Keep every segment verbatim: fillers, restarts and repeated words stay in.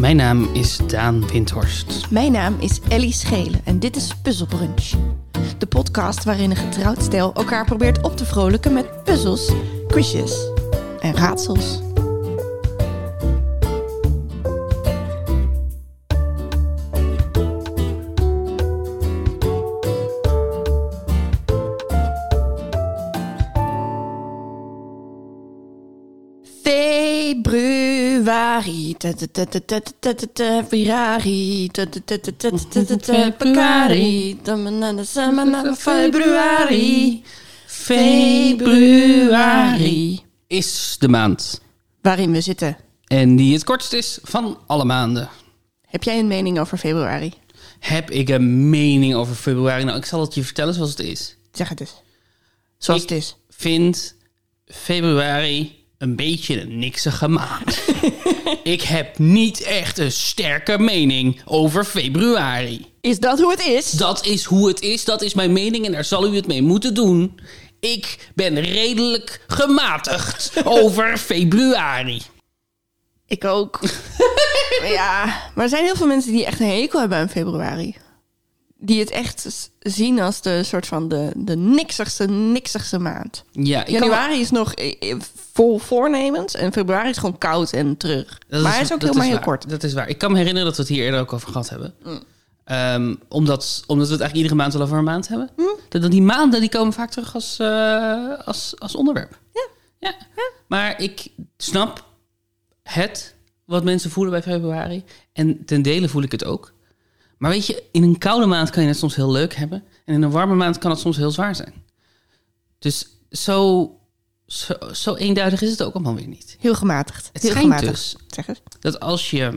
Mijn naam is Daan Windhorst. Mijn naam is Ellie Schelen en dit is Puzzelbrunch. De podcast waarin een getrouwd stel elkaar probeert op te vrolijken met puzzels, quizjes en raadsels. Februari, Ferrari, Pacari, Februari, Februari is de maand. Waarin we zitten. En die het kortst is van alle maanden. Heb jij een mening over februari? Heb ik een mening over februari? Nou, ik zal het je vertellen zoals het is. Zeg het eens. Zoals ik het is. vind februari een beetje een niksige maand. Ik heb niet echt een sterke mening over februari. Is dat hoe het is? Dat is hoe het is, dat is mijn mening en daar zal u het mee moeten doen. Ik ben redelijk gematigd over februari. Ik ook. Ja, maar er zijn heel veel mensen die echt een hekel hebben aan februari. Die het echt zien als de soort van de, de niksigste, niksigste maand. Ja, ik Januari kan... is nog vol voornemens en februari is gewoon koud en terug. Dat maar hij is ook heel maar heel waar. kort. Dat is waar. Ik kan me herinneren dat we het hier eerder ook over gehad hebben. Mm. Um, omdat, omdat we het eigenlijk iedere maand wel over een maand hebben. Mm. Dat, die maanden die komen vaak terug als, uh, als, als onderwerp. Ja. Ja. ja. Maar ik snap het, wat mensen voelen bij februari. En ten dele voel ik het ook. Maar weet je, in een koude maand kan je het soms heel leuk hebben. En in een warme maand kan het soms heel zwaar zijn. Dus zo, zo, zo eenduidig is het ook allemaal weer niet. Heel gematigd. Het heel schijnt gematigd. dus zeg eens. Dat als je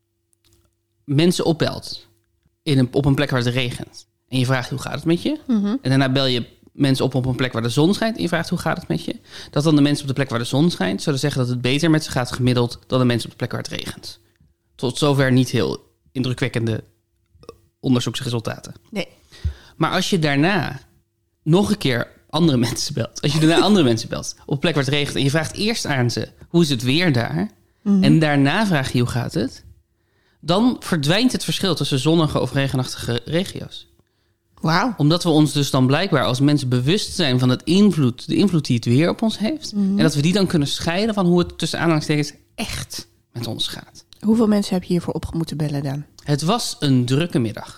mensen opbelt in een, op een plek waar het regent... en je vraagt hoe gaat het met je... Mm-hmm. en daarna bel je mensen op op een plek waar de zon schijnt... en je vraagt hoe gaat het met je... dat dan de mensen op de plek waar de zon schijnt... zullen zeggen dat het beter met ze gaat gemiddeld... dan de mensen op de plek waar het regent. Tot zover niet heel indrukwekkende onderzoeksresultaten. Nee. Maar als je daarna nog een keer andere mensen belt... als je daarna andere mensen belt op een plek waar het regent... en je vraagt eerst aan ze hoe is het weer daar... Mm-hmm. en daarna vraag je hoe gaat het... dan verdwijnt het verschil tussen zonnige of regenachtige regio's. Wauw. Omdat we ons dus dan blijkbaar als mensen bewust zijn van het invloed, de invloed die het weer op ons heeft. Mm-hmm. En dat we die dan kunnen scheiden van hoe het tussen aanhalingstekens echt met ons gaat. Hoeveel mensen heb je hiervoor op moeten bellen dan? Het was een drukke middag.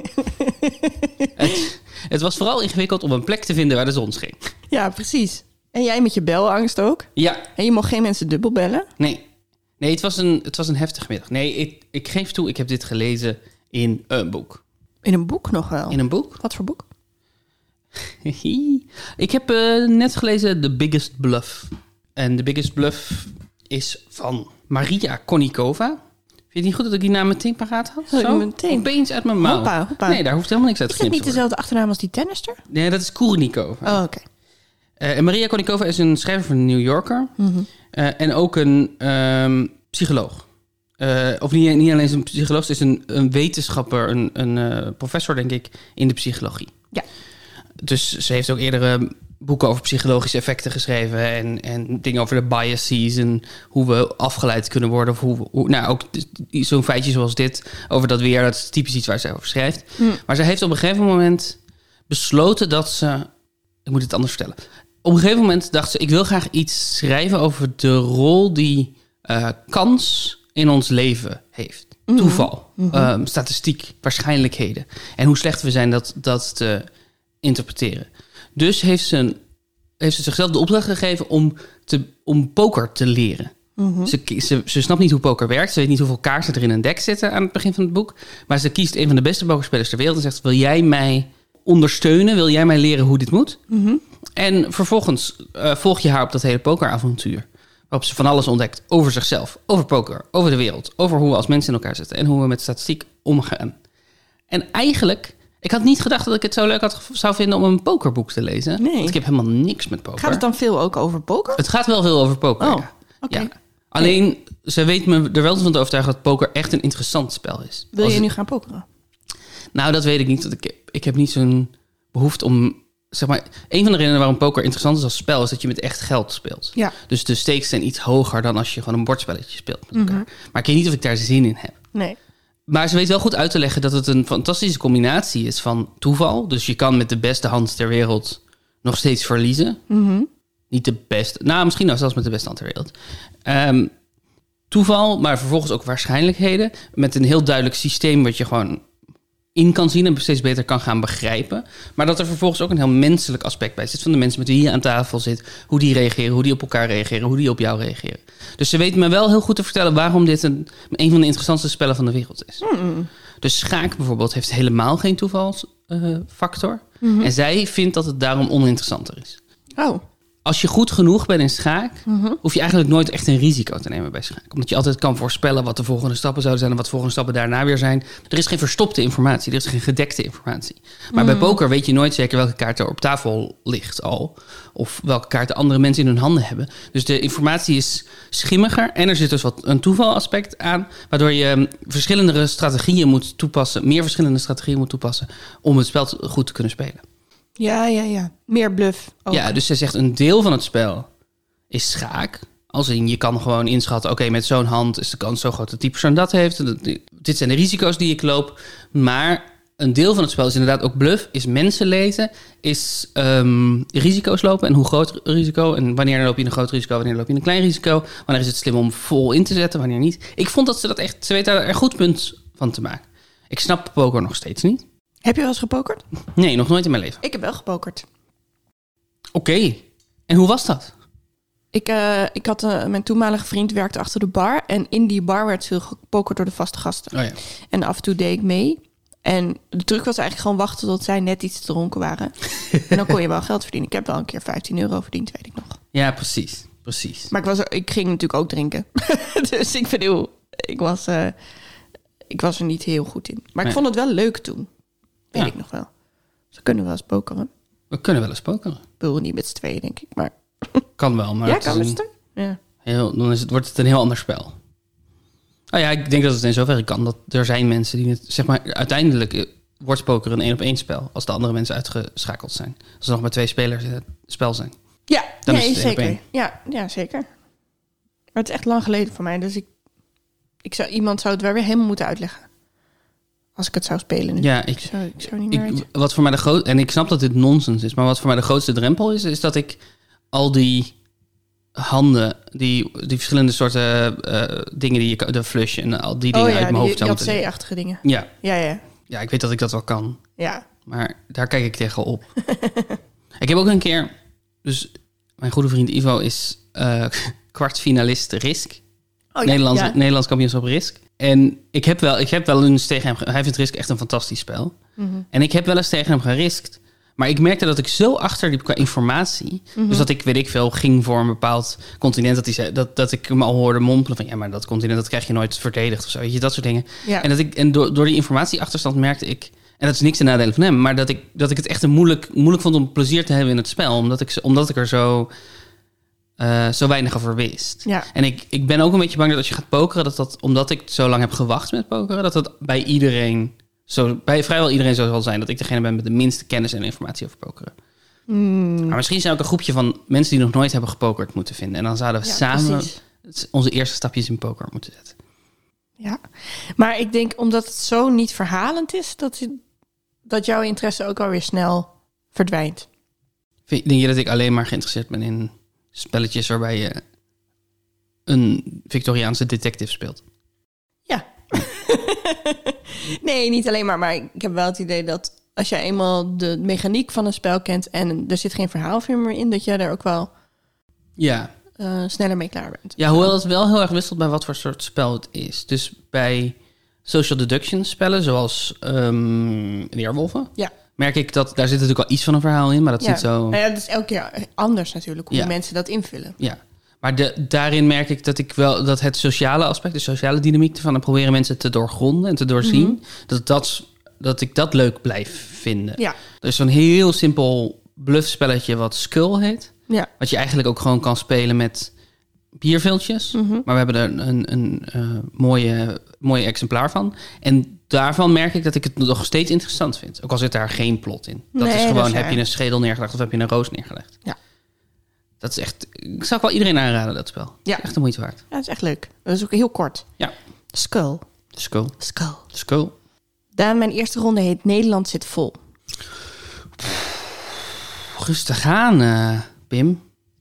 het, het was vooral ingewikkeld om een plek te vinden waar de zon scheen. Ja, precies. En jij met je belangst ook? Ja. En je mocht geen mensen dubbel bellen? Nee. Nee, het was een, het was een heftige middag. Nee, ik, ik geef toe, ik heb dit gelezen in een boek. In een boek nog wel? In een boek. Wat voor boek? Ik heb uh, net gelezen The Biggest Bluff. En The Biggest Bluff is van Maria Konnikova. Vind je het niet goed dat ik die naam meteen paraat had? Zo? Zo? Meteen. Opeens uit mijn mouw. Hoppa, hoppa. Nee, daar hoeft helemaal niks uit Is te dat knippen. niet dezelfde achternaam als die tennister? Nee, dat is Kournikova. Oh, oké. Okay. Uh, en Maria Konnikova is een schrijver van de New Yorker. Mm-hmm. Uh, en ook een um, psycholoog. Uh, of niet, niet alleen een psycholoog, het is een, een wetenschapper, een, een uh, professor, denk ik, in de psychologie. Ja. Dus ze heeft ook eerdere boeken over psychologische effecten geschreven en, en dingen over de biases en hoe we afgeleid kunnen worden. Of hoe, hoe, nou, ook zo'n feitje zoals dit over dat weer, dat is typisch iets waar ze over schrijft. Mm. Maar ze heeft op een gegeven moment besloten dat ze... Ik moet het anders vertellen. Op een gegeven moment dacht ze, ik wil graag iets schrijven over de rol die uh, kans in ons leven heeft. Mm-hmm. Toeval, mm-hmm. um, statistiek, waarschijnlijkheden. En hoe slecht we zijn dat, dat te interpreteren. Dus heeft ze, een, heeft ze zichzelf de opdracht gegeven om, te, om poker te leren. Mm-hmm. Ze, ze, ze snapt niet hoe poker werkt. Ze weet niet hoeveel kaarten er in een deck zitten aan het begin van het boek. Maar ze kiest een van de beste pokerspelers ter wereld en zegt, wil jij mij ondersteunen? Wil jij mij leren hoe dit moet? Mm-hmm. En vervolgens uh, volg je haar op dat hele pokeravontuur. Waarop ze van alles ontdekt over zichzelf, over poker, over de wereld, over hoe we als mensen in elkaar zitten en hoe we met statistiek omgaan. En eigenlijk, ik had niet gedacht dat ik het zo leuk had, zou vinden om een pokerboek te lezen. Nee. Want ik heb helemaal niks met poker. Gaat het dan veel ook over poker? Het gaat wel veel over poker, Oh, ja. oké. Ja. Alleen, nee. Ze weet me er wel van te overtuigen dat poker echt een interessant spel is. Wil Als je het... nu gaan pokeren? Nou, dat weet ik niet. Ik, ik heb niet zo'n behoefte om zeg maar, een van de redenen waarom poker interessant is als spel is dat je met echt geld speelt. Ja. Dus de stakes zijn iets hoger dan als je gewoon een bordspelletje speelt met elkaar. Mm-hmm. Maar ik weet niet of ik daar zin in heb. Nee. Maar ze weet wel goed uit te leggen dat het een fantastische combinatie is van toeval. Dus je kan met de beste hand ter wereld nog steeds verliezen. Mm-hmm. Niet de beste, nou misschien nou zelfs met de beste hand ter wereld. Um, toeval, maar vervolgens ook waarschijnlijkheden. Met een heel duidelijk systeem wat je gewoon in kan zien en steeds beter kan gaan begrijpen. Maar dat er vervolgens ook een heel menselijk aspect bij zit. Van de mensen met wie je aan tafel zit. Hoe die reageren, hoe die op elkaar reageren, hoe die op jou reageren. Dus ze weet me wel heel goed te vertellen waarom dit een, een van de interessantste spellen van de wereld is. Mm. Dus schaak bijvoorbeeld heeft helemaal geen toevalsfactor. Uh, Mm-hmm. En zij vindt dat het daarom oninteressanter is. Oh. Als je goed genoeg bent in schaak, Mm-hmm. hoef je eigenlijk nooit echt een risico te nemen bij schaak. Omdat je altijd kan voorspellen wat de volgende stappen zouden zijn en wat de volgende stappen daarna weer zijn. Er is geen verstopte informatie, er is geen gedekte informatie. Maar Mm. bij poker weet je nooit zeker welke kaart er op tafel ligt al. Of welke kaarten andere mensen in hun handen hebben. Dus de informatie is schimmiger en er zit dus wat een toevalaspect aan. Waardoor je verschillende strategieën moet toepassen, meer verschillende strategieën moet toepassen om het spel goed te kunnen spelen. Ja, ja, ja. Meer bluff ook. Ja, dus zij zegt een deel van het spel is schaak. Als in, je kan gewoon inschatten, oké, okay, met zo'n hand is de kans zo groot dat die persoon dat heeft. Dit zijn de risico's die ik loop. Maar een deel van het spel is inderdaad ook bluff, is mensen lezen, is um, risico's lopen en hoe groot risico. En wanneer loop je een groot risico, wanneer loop je een klein risico. Wanneer is het slim om vol in te zetten, wanneer niet. Ik vond dat ze dat echt, ze weet daar een goed punt van te maken. Ik snap poker nog steeds niet. Heb je wel eens gepokerd? Nee, nog nooit in mijn leven. Ik heb wel gepokerd. Oké. Okay. En hoe was dat? Ik, uh, ik had uh, mijn toenmalige vriend werkte achter de bar. En in die bar werd veel gepokerd door de vaste gasten. Oh ja. En af en toe deed ik mee. En de truc was eigenlijk gewoon wachten tot zij net iets te dronken waren. En dan kon je wel geld verdienen. Ik heb wel een keer vijftien euro verdiend, weet ik nog. Ja, precies. Precies. Maar ik, was er, ik ging natuurlijk ook drinken. Dus ik bedoel, ik was, uh, ik was er niet heel goed in. Maar ik nee. vond het wel leuk toen. Weet Ja. ik nog wel. Ze kunnen wel eens pokeren. We kunnen wel eens pokeren. Ik bedoel, niet met z'n tweeën, denk ik. Maar Kan wel, maar ja, het kan is met z'n een tweeën. Ja. heel, dan is het, wordt het een heel ander spel. Oh ja, ik denk dat het in zoverre kan dat er zijn mensen die het, zeg maar, uiteindelijk wordt poker een één op één spel als de andere mensen uitgeschakeld zijn. Als er nog maar twee spelers in het spel zijn. Ja, Dan nee, is het één op zeker. één. Ja, ja, zeker. Maar het is echt lang geleden voor mij. Dus ik, ik zou, iemand zou het wel weer helemaal moeten uitleggen. Als ik het zou spelen nu. Ja, Ik ik, zou, ik zou niet meer ik, weten. wat voor mij de groot en ik snap dat dit nonsens is, maar wat voor mij de grootste drempel is, is dat ik al die handen, die, die verschillende soorten uh, dingen die je kan, de flush en al die dingen Oh ja, uit mijn die hoofd zou moeten leren. J-achtige dingen. Ja, Ja, ja. ja, ik weet dat ik dat wel kan. Ja. Maar daar kijk ik tegen op. Ik heb ook een keer... Dus mijn goede vriend Ivo is uh, kwartfinalist Risk. Oh, ja. Nederlands, ja. Nederlands kampioenschap Risk. En ik heb wel, ik heb wel eens tegen hem... Hij vindt Risk echt een fantastisch spel. Mm-hmm. En ik heb wel eens tegen hem geriskt. Maar ik merkte dat ik zo achterliep qua informatie. Mm-hmm. Dus dat ik, weet ik veel, ging voor een bepaald continent. Dat, hij zei, dat, dat ik hem al hoorde mompelen van... Ja, maar dat continent, dat krijg je nooit verdedigd of zo. Weet je, dat soort dingen. Ja. En, dat ik, en door, door die informatieachterstand merkte ik... En dat is niks ten nadele van hem. Maar dat ik, dat ik het echt een moeilijk, moeilijk vond om plezier te hebben in het spel. Omdat ik, omdat ik er zo, uh, zo weinig over wist. Ja. En ik, ik ben ook een beetje bang dat als je gaat pokeren... Dat dat, omdat ik zo lang heb gewacht met pokeren... Dat dat bij iedereen... Zo, bij vrijwel iedereen zo zal zijn... dat ik degene ben met de minste kennis en informatie over pokeren. Mm. Maar misschien zou ik een groepje van mensen... die nog nooit hebben gepokerd moeten vinden. En dan zouden we Ja, samen precies. onze eerste stapjes in poker moeten zetten. Ja. Maar ik denk, omdat het zo niet verhalend is... dat, je, dat jouw interesse ook alweer snel verdwijnt. Vind- Denk je dat ik alleen maar geïnteresseerd ben in spelletjes... waarbij je een Victoriaanse detective speelt? Ja. Nee, niet alleen maar. Maar ik heb wel het idee dat als jij eenmaal de mechaniek van een spel kent... en er zit geen verhaalfilm meer in... dat jij daar ook wel Ja. uh, sneller mee klaar bent. Ja, hoewel het wel heel erg wisselt bij wat voor soort spel het is. Dus bij social deduction spellen, zoals um, Weerwolven... Ja. merk ik dat daar zit natuurlijk al iets van een verhaal in, maar dat is Ja. niet zo... Nou ja, dat is elke keer anders natuurlijk, hoe Ja. die mensen dat invullen. Ja, maar de, daarin merk ik dat ik wel dat het sociale aspect, de sociale dynamiek ervan, en proberen mensen te doorgronden en te doorzien, Mm-hmm. dat, dat, dat ik dat leuk blijf vinden. Ja. Er is zo'n heel simpel bluffspelletje wat Skull heet, Ja. wat je eigenlijk ook gewoon kan spelen met bierviltjes. Mhm. Maar we hebben er een, een uh, mooie, mooie exemplaar van. En daarvan merk ik dat ik het nog steeds interessant vind. Ook al zit daar geen plot in. Dat Nee, is gewoon, dat is heb waar. je een schedel neergelegd of heb je een roos neergelegd. Ja. Dat is echt... Ik zou wel iedereen aanraden, dat spel. Ja. Echt de moeite waard. Ja, dat is echt leuk. Dat is ook heel kort. Ja. Skull. Skull. Skull. Skull. Daan, mijn eerste ronde heet Nederland zit vol. Rustig aan, uh, Pim.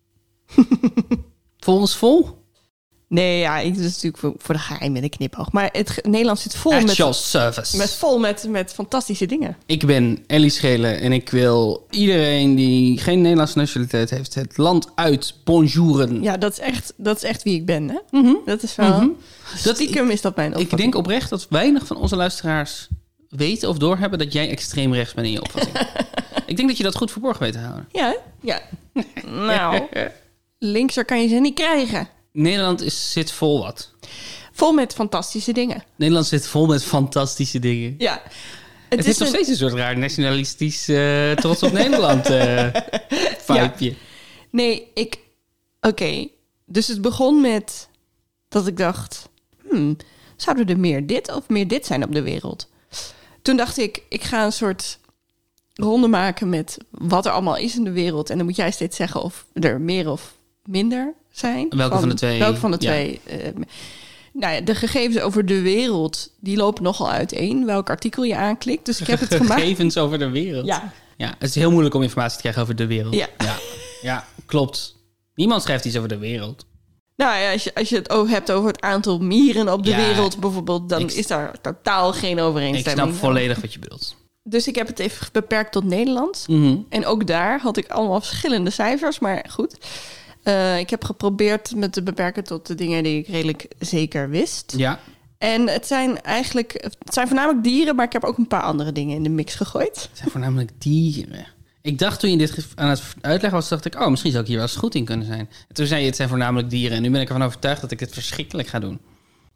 Vol is vol. Nee, ja, ik, dat is natuurlijk voor, voor de geheim met een knipoog. Maar het ge- Nederland zit vol At met, your service. met, vol met, met fantastische dingen. Ik ben Ellie Schelen en ik wil iedereen die geen Nederlandse nationaliteit heeft... het land uit bonjouren. Ja, dat is echt, dat is echt wie ik ben, hè? Mm-hmm. Dat is wel... Mm-hmm. Dat- Stiekem is dat mijn Ik opvatting. denk oprecht dat weinig van onze luisteraars weten of doorhebben... dat jij extreem rechts bent in je opvatting. Ik denk dat je dat goed verborgen weet te houden. Ja, hè? Ja. Nou, linkser kan je ze niet krijgen. Nederland is, zit vol wat. Vol met fantastische dingen. Nederland zit vol met fantastische dingen. Ja. Het, is heeft nog een- steeds een soort raar nationalistisch uh, trots op Nederland uh, vibeje. Nee, ik... Oké, dus het begon met dat ik dacht... Hmm, zouden er meer dit of meer dit zijn op de wereld? Toen dacht ik, ik ga een soort ronde maken met wat er allemaal is in de wereld. En dan moet jij steeds zeggen of er meer of minder zijn. Welke van de twee? Welke van de Ja. twee? Uh, nou ja, de gegevens over de wereld, die lopen nogal uiteen. Welk artikel je aanklikt. Dus ik heb het gemaakt. Gegevens over de wereld. Ja. Ja, het is heel moeilijk om informatie te krijgen over de wereld. Ja. ja, ja, klopt. Niemand schrijft iets over de wereld. Nou ja, als je, als je het over hebt over het aantal mieren op de Ja, wereld bijvoorbeeld... dan ik- is daar totaal geen Ik overeenstemming. snap volledig wat je bedoelt. Dus ik heb het even beperkt tot Nederland. Mhm. En ook daar had ik allemaal verschillende cijfers, maar goed. Uh, ik heb geprobeerd me te beperken tot de dingen die ik redelijk zeker wist. Ja, En het zijn eigenlijk... Het zijn voornamelijk dieren, maar ik heb ook een paar andere dingen in de mix gegooid. het zijn voornamelijk dieren. Ik dacht toen je dit ge- aan het uitleggen was, dacht ik... oh, misschien zou ik hier wel eens goed in kunnen zijn. En toen zei je, het zijn voornamelijk dieren. En nu ben ik ervan overtuigd dat ik dit verschrikkelijk ga doen.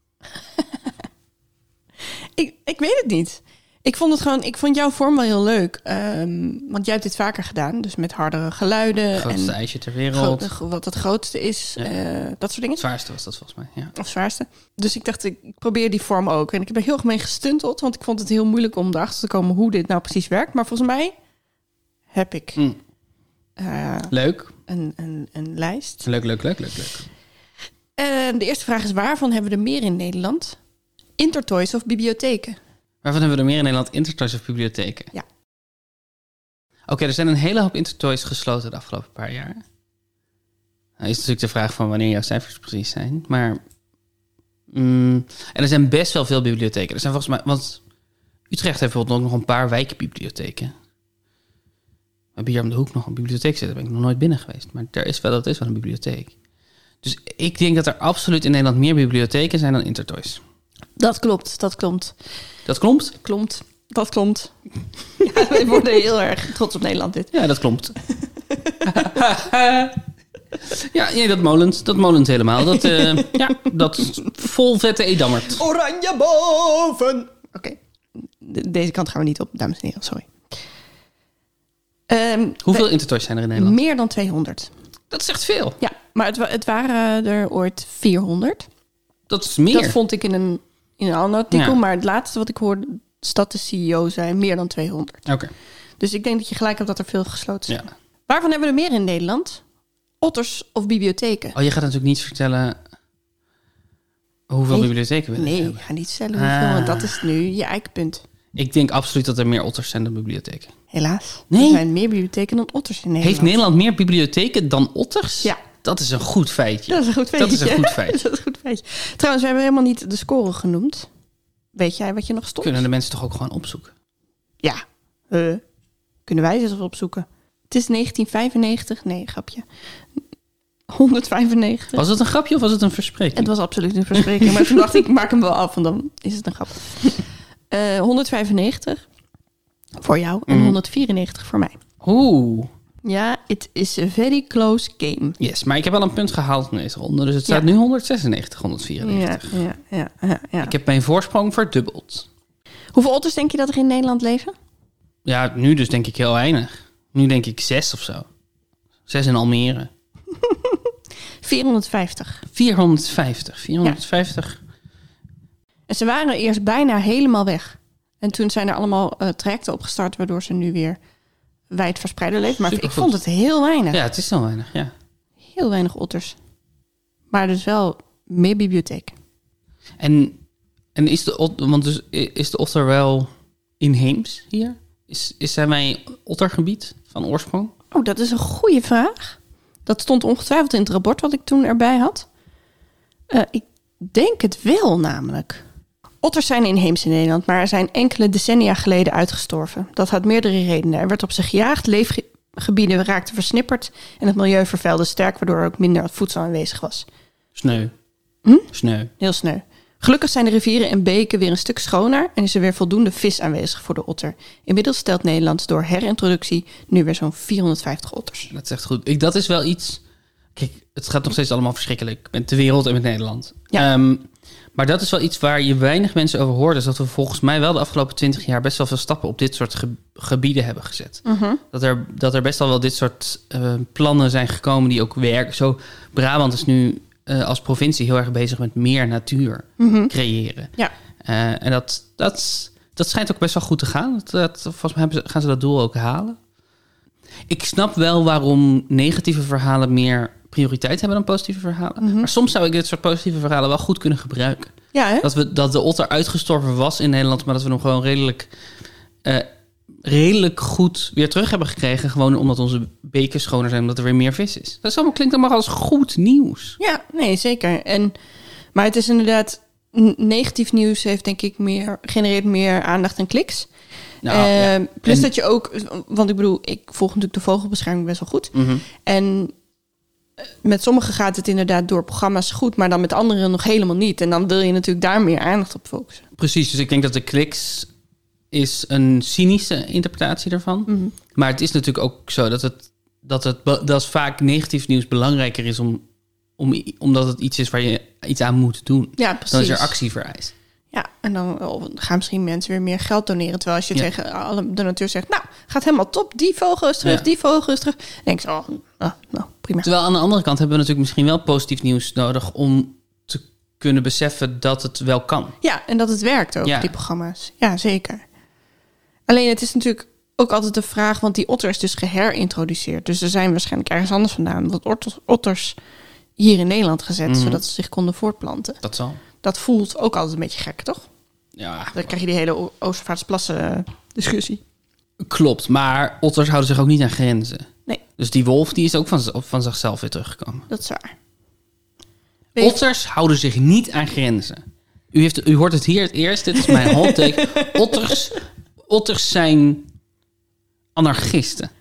Ik, ik weet het niet. Ik vond het gewoon... Ik vond jouw vorm wel heel leuk. Um, want jij hebt dit vaker gedaan. Dus met hardere geluiden. Het grootste en ijsje ter wereld. gro- wat het grootste is. Ja. Uh, dat soort dingen. Het zwaarste was dat volgens mij, ja. Of zwaarste. Dus ik dacht, ik probeer die vorm ook. En ik heb er heel erg mee gestunteld. Want ik vond het heel moeilijk om erachter te komen hoe dit nou precies werkt. Maar volgens mij heb ik Mm. uh, Leuk. een, een, een lijst. Leuk, leuk, leuk, leuk, leuk. Uh, de eerste vraag is, waarvan hebben we er meer in Nederland? Intertoys of bibliotheken? Waarvan hebben we er meer in Nederland? Intertoys of bibliotheken? Ja. Oké, okay, er zijn een hele hoop Intertoys gesloten de afgelopen paar jaar. Nou is natuurlijk de vraag van wanneer jouw cijfers precies zijn. Maar... Mm, en er zijn best wel veel bibliotheken. Er zijn volgens mij... Want Utrecht heeft bijvoorbeeld ook nog een paar wijkbibliotheken. We hebben hier om de hoek nog een bibliotheek zitten. Daar ben ik nog nooit binnen geweest. Maar er is wel, dat is wel een bibliotheek. Dus ik denk dat er absoluut in Nederland meer bibliotheken zijn dan Intertoys. Dat klopt, dat klopt. Dat klopt? Klopt, dat klopt. Ja, we worden heel erg trots op Nederland dit. Ja, dat klopt. ja, nee, dat molent, dat molent helemaal. Dat, uh, ja, dat vol vette edammert. Oranje boven! Oké, okay. De- deze kant gaan we niet op, dames en heren, sorry. Um, Hoeveel we- Intertoys zijn er in Nederland? Meer dan tweehonderd. Dat is echt veel. Ja, maar het, wa- het waren er ooit vierhonderd. Dat is meer. Dat vond ik in een, in een ander artikel. Ja. Maar het laatste wat ik hoorde, is dat de C E O zei meer dan tweehonderd. Oké, Dus ik denk dat je gelijk hebt dat er veel gesloten zijn. ja. Waarvan hebben we er meer in Nederland? Otters of bibliotheken? Oh, je gaat natuurlijk niet vertellen hoeveel Nee. bibliotheken we Nee, ik hebben. ga niet stellen hoeveel, Ah. want dat is nu je eikpunt. Ik denk absoluut dat er meer otters zijn dan bibliotheken. Helaas. Nee. Er zijn meer bibliotheken dan otters in Nederland. Heeft Nederland meer bibliotheken dan otters? Ja. Dat is een goed feitje. Dat is een goed feitje. Dat is een goed feitje. Dat is een goed feitje. Trouwens, we hebben helemaal niet de score genoemd. Weet jij wat je nog stond? Kunnen de mensen toch ook gewoon opzoeken? Ja. Uh, kunnen wij ze eens opzoeken? Het is negentien vijfennegentig. Nee, grapje. honderdvijfennegentig. Was het een grapje of was het een verspreking? Het was absoluut een verspreking. Maar toen dacht ik, ik maak hem wel af, want dan is het een grap. Uh, honderdvijfennegentig voor jou en Mm. honderdvierennegentig voor mij. Oeh. Ja, it is a very close game. Yes, maar ik heb wel een punt gehaald in deze ronde. Dus het staat Ja. nu honderdzesennegentig, Ja, honderdvierennegentig. ja, ja, ja, ja. Ik heb mijn voorsprong verdubbeld. Hoeveel otters denk je dat er in Nederland leven? Ja, nu dus denk ik heel weinig. Nu denk ik zes of zo. Zes in Almere. vierhonderdvijftig. vierhonderdvijftig. vierhonderdvijftig. Ja. En ze waren eerst bijna helemaal weg. En toen zijn er allemaal uh, trajecten opgestart, waardoor ze nu weer wijd verspreiden leven. Maar Supergoed. Ik vond het heel weinig. Ja, het is heel weinig, ja. Heel weinig otters. Maar dus wel meer bibliotheek. En, en is, de, want dus, is de otter wel inheems hier? Is, is zijn wij ottergebied van oorsprong? Oh, dat is een goede vraag. Dat stond ongetwijfeld in het rapport wat ik toen erbij had. Uh, ik denk het wel namelijk. Otters zijn inheems in Nederland, maar er zijn enkele decennia geleden uitgestorven. Dat had meerdere redenen. Er werd op ze gejaagd, leefgebieden raakten versnipperd en het milieu vervuilde sterk, waardoor er ook minder voedsel aanwezig was. Sneu. Hm? Sneu. Heel sneu. Gelukkig zijn de rivieren en beken weer een stuk schoner en is er weer voldoende vis aanwezig voor de otter. Inmiddels stelt Nederland door herintroductie nu weer zo'n vierhonderdvijftig otters. Dat is echt goed. Ik, dat is wel iets... Kijk, het gaat nog steeds allemaal verschrikkelijk met de wereld en met Nederland. Ja. Um, maar dat is wel iets waar je weinig mensen over hoort. Dus dat we volgens mij wel de afgelopen twintig jaar best wel veel stappen op dit soort ge- gebieden hebben gezet. Uh-huh. Dat, er, dat er best al wel dit soort uh, plannen zijn gekomen die ook werken. Zo, Brabant is nu uh, als provincie heel erg bezig met meer natuur uh-huh. creëren. Ja. Uh, en dat, dat, dat schijnt ook best wel goed te gaan. Dat, dat, volgens mij hebben ze, gaan ze dat doel ook halen. Ik snap wel waarom negatieve verhalen meer prioriteit hebben dan positieve verhalen. Mm-hmm. Maar soms zou ik dit soort positieve verhalen wel goed kunnen gebruiken. Ja, hè? Dat, we, dat de otter uitgestorven was in Nederland, maar dat we hem gewoon redelijk, uh, redelijk goed weer terug hebben gekregen. Gewoon omdat onze beken schoner zijn, omdat er weer meer vis is. Dat is allemaal, klinkt allemaal als goed nieuws. Ja, nee, zeker. En, maar het is inderdaad... Negatief nieuws heeft denk ik meer, genereert meer aandacht en kliks. Nou, uh, ja. Plus en... dat je ook... Want ik bedoel, ik volg natuurlijk de vogelbescherming best wel goed. Mm-hmm. En met sommigen gaat het inderdaad door programma's goed, maar dan met anderen nog helemaal niet. En dan wil je natuurlijk daar meer aandacht op focussen. Precies, dus ik denk dat de kliks is een cynische interpretatie daarvan. Mm-hmm. Maar het is natuurlijk ook zo dat het, dat het dat vaak negatief nieuws belangrijker is om, om, omdat het iets is waar je iets aan moet doen. Ja, precies. Dan is er actie vereist. Ja, en dan gaan misschien mensen weer meer geld doneren. Terwijl als je ja. tegen alle donateurs zegt, nou, gaat helemaal top, die vogel is terug, ja. die vogel is terug. Dan denk je, oh, oh, nou, prima. Terwijl aan de andere kant hebben we natuurlijk misschien wel positief nieuws nodig om te kunnen beseffen dat het wel kan. Ja, en dat het werkt ook, ja. die programma's. Ja, zeker. Alleen het is natuurlijk ook altijd de vraag, want die otter is dus geherintroduceerd. Dus er zijn waarschijnlijk ergens anders vandaan wat otters hier in Nederland gezet, mm-hmm. zodat ze zich konden voortplanten. Dat zal. Dat voelt ook altijd een beetje gek, toch? Ja. Dan krijg je die hele Oostervaartsplassen discussie. Klopt, maar otters houden zich ook niet aan grenzen. Nee. Dus die wolf die is ook van, van zichzelf weer teruggekomen. Dat is waar. Otters houden zich niet aan grenzen. U, heeft, u hoort het hier het eerst, dit is mijn hot take. Otters, otters zijn anarchisten.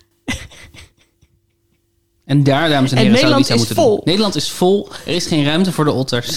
En daar, dames en heren, zouden we iets aan moeten vol. doen. Nederland is vol. Er is geen ruimte voor de otters.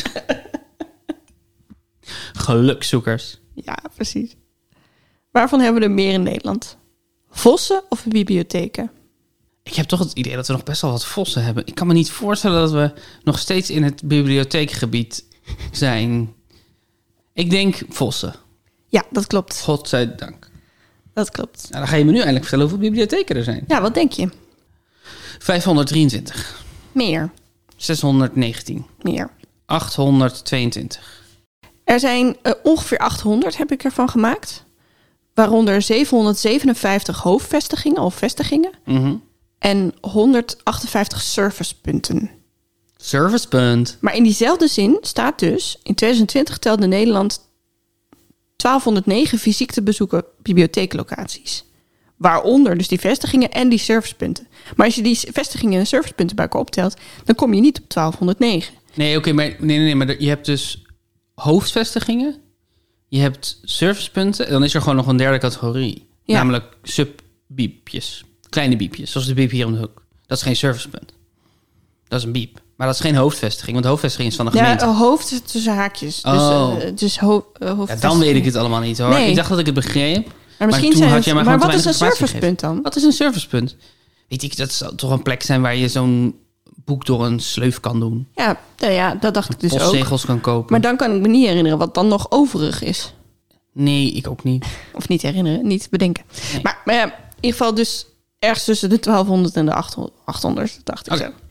Gelukzoekers. Ja, precies. Waarvan hebben we er meer in Nederland? Vossen of bibliotheken? Ik heb toch het idee dat we nog best wel wat vossen hebben. Ik kan me niet voorstellen dat we nog steeds in het bibliotheekgebied zijn. Ik denk vossen. Ja, dat klopt. Godzijdank. Dat klopt. Nou, dan ga je me nu eindelijk vertellen hoeveel bibliotheken er zijn. Ja, wat denk je? vijfhonderddrieëntwintig. Meer. zeshonderdnegentien. Meer. achthonderdtweeëntwintig. Er zijn uh, ongeveer achthonderd, heb ik ervan gemaakt. Waaronder zevenhonderdzevenenvijftig hoofdvestigingen of vestigingen. Mm-hmm. En honderdachtenvijftig servicepunten. Servicepunt. Maar in diezelfde zin staat dus... in twintig twintig telde Nederland twaalfhonderdnegen fysiek te bezoeken bibliotheeklocaties. Waaronder dus die vestigingen en die servicepunten. Maar als je die vestigingen en servicepunten bij elkaar optelt, dan kom je niet op twaalfhonderdnegen. Nee, oké, okay, maar, nee, nee, nee, maar je hebt dus hoofdvestigingen, je hebt servicepunten, en dan is er gewoon nog een derde categorie. Ja. Namelijk subbiepjes. Kleine biepjes, zoals de biep hier om de hoek. Dat is geen servicepunt. Dat is een biep. Maar dat is geen hoofdvestiging, want de hoofdvestiging is van de gemeente. Ja, hoofd is tussen haakjes. Oh. Dus, uh, dus ho- uh, hoofdvestiging. Ja, dan weet ik het allemaal niet hoor. Nee. Ik dacht dat ik het begreep. Maar, misschien maar, zijn het, maar, maar wat is een servicepunt dan? Wat is een servicepunt? Weet ik, dat zou toch een plek zijn waar je zo'n boek door een sleuf kan doen. Ja, ja dat dacht ik dus ook. Postzegels kan kopen. Maar dan kan ik me niet herinneren wat dan nog overig is. Nee, ik ook niet. Of niet herinneren, niet bedenken. Nee. Maar, maar ja, in ieder geval dus ergens tussen de twaalfhonderd en de achthonderd, dacht ik okay. zo.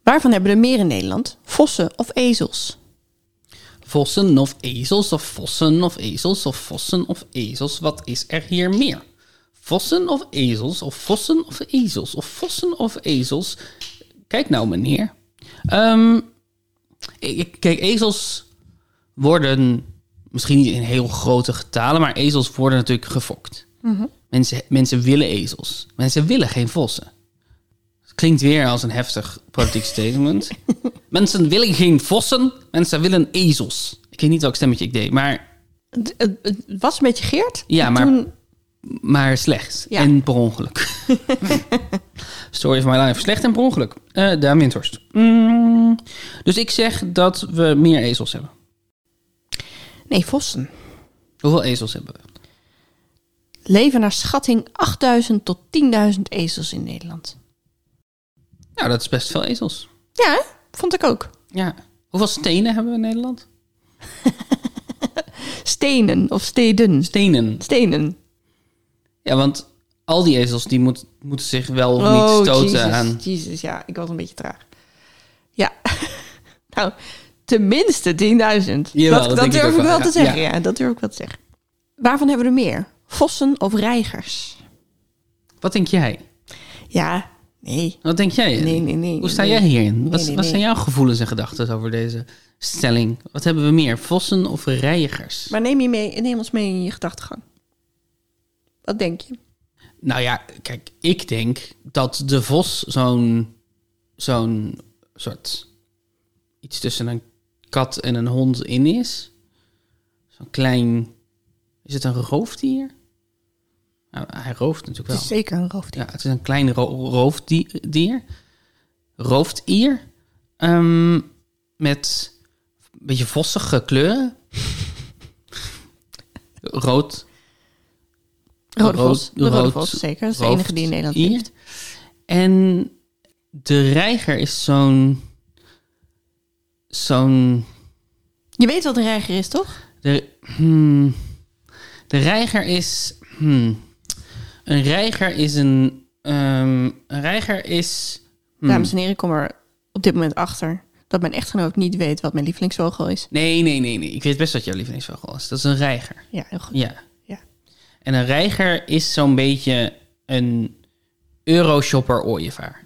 Waarvan hebben we meer in Nederland? Vossen of ezels? Vossen of ezels of vossen of ezels of vossen of ezels. Wat is er hier meer? Vossen of ezels of vossen of ezels of vossen of ezels. Kijk nou, meneer. Um, ik, kijk, ezels worden misschien niet in heel grote getalen, maar ezels worden natuurlijk gefokt. Mm-hmm. Mensen, mensen willen ezels. Mensen willen geen vossen. Het klinkt weer als een heftig politiek statement. Mensen willen geen vossen, mensen willen ezels. Ik weet niet welk stemmetje ik deed, maar... Het, het, het was een beetje Geert. Ja, maar, toen... maar slecht. Ja. En per ongeluk. Story of my life. Slecht en per ongeluk. Uh, Daan Windhorst. Mm, dus ik zeg dat we meer ezels hebben. Nee, vossen. Hoeveel ezels hebben we? Leven naar schatting achtduizend tot tienduizend ezels in Nederland. Nou, dat is best veel ezels. Ja, vond ik ook. Ja. Hoeveel stenen hebben we in Nederland? Stenen of steden. Stenen. Stenen. Ja, want al die ezels die moet, moeten zich wel oh, niet stoten Jesus, aan... Jezus, ja, ik was een beetje traag. Ja, nou, tenminste tienduizend. Jawel, dat dat dat denk durf ik ik ook wel wel. te Ja, zeggen, ja. ja. Dat durf ik wel te zeggen. Waarvan hebben we er meer? Vossen of reigers? Wat denk jij? Ja, nee. Wat denk jij? Nee, nee, nee. Hoe sta nee. jij hierin? Nee, Wat, nee, wat nee. zijn jouw gevoelens en gedachten over deze stelling? Wat hebben we meer? Vossen of reigers? Maar neem, je mee, neem ons mee in je gedachtegang. Wat denk je? Nou ja, kijk, ik denk dat de vos zo'n zo'n soort iets tussen een kat en een hond in is. Zo'n klein... Is het een roofdier? Nou, hij rooft natuurlijk wel. Het is zeker een roofdier. Ja, het is een klein ro- roofdier. Roofdier. Um, met een beetje vossige kleuren. Rood. Rode rood, vos. De rode rood vos, zeker. Dat is de enige die in Nederland roofdier. heeft. En de reiger is zo'n... Zo'n... Je weet wat een reiger is, toch? De, hmm, de reiger is... Hmm, een reiger is een... Um, een reiger is... Hmm. Dames en heren, ik kom er op dit moment achter dat mijn echtgenoot niet weet wat mijn lievelingsvogel is. Nee, nee, nee, nee. Ik weet best wat jouw lievelingsvogel is. Dat is een reiger. Ja, heel goed. Ja. Ja. En een reiger is zo'n beetje een Euroshopper ooievaar.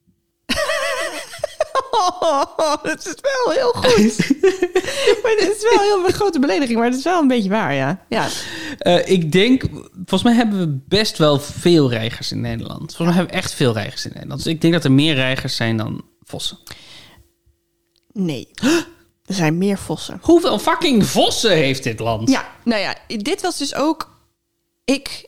Oh, dat is wel heel goed. Maar dit is wel een heel grote belediging, maar het is wel een beetje waar, ja. ja. Uh, ik denk, volgens mij hebben we best wel veel reigers in Nederland. Volgens mij hebben we echt veel reigers in Nederland. Dus ik denk dat er meer reigers zijn dan vossen. Nee, er zijn meer vossen. Hoeveel fucking vossen heeft dit land? Ja, nou ja, dit was dus ook... Ik,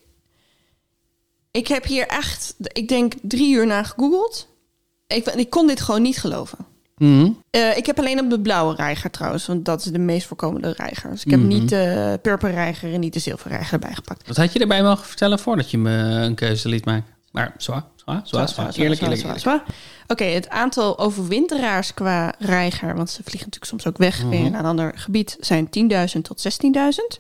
ik heb hier echt, ik denk, drie uur naar gegoogeld. Ik, ik kon dit gewoon niet geloven. Mm-hmm. Uh, ik heb alleen op de blauwe reiger trouwens, want dat is de meest voorkomende reiger. Dus ik heb Mm-hmm. niet de purperreiger en niet de zilverreiger erbij gepakt. Wat had je erbij mogen vertellen voordat je me een keuze liet maken? Maar zwaar, zwaar, zwaar, zwaar. Eerlijk, eerlijk, eerlijk. Oké, het aantal overwinteraars qua reiger, want ze vliegen natuurlijk soms ook weg weer Mm-hmm. naar een ander gebied, zijn tienduizend tot zestienduizend.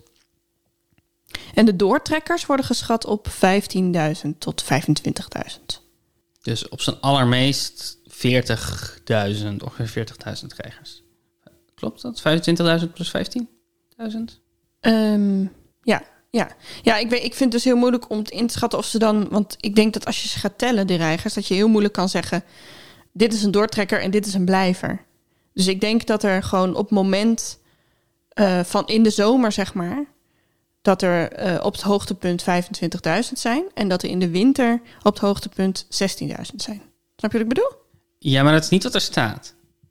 En de doortrekkers worden geschat op vijftienduizend tot vijfentwintigduizend. Dus op zijn allermeest veertigduizend, ongeveer veertigduizend reigers. Klopt dat? vijfentwintigduizend plus vijftienduizend? Um, ja, ja. ja ik, weet, ik vind het dus heel moeilijk om in te schatten of ze dan... Want ik denk dat als je ze gaat tellen, de reigers, dat je heel moeilijk kan zeggen... dit is een doortrekker en dit is een blijver. Dus ik denk dat er gewoon op het moment uh, van in de zomer, zeg maar... dat er uh, op het hoogtepunt vijfentwintigduizend zijn... en dat er in de winter op het hoogtepunt zestienduizend zijn. Snap je wat ik bedoel? Ja, maar dat is niet wat er staat.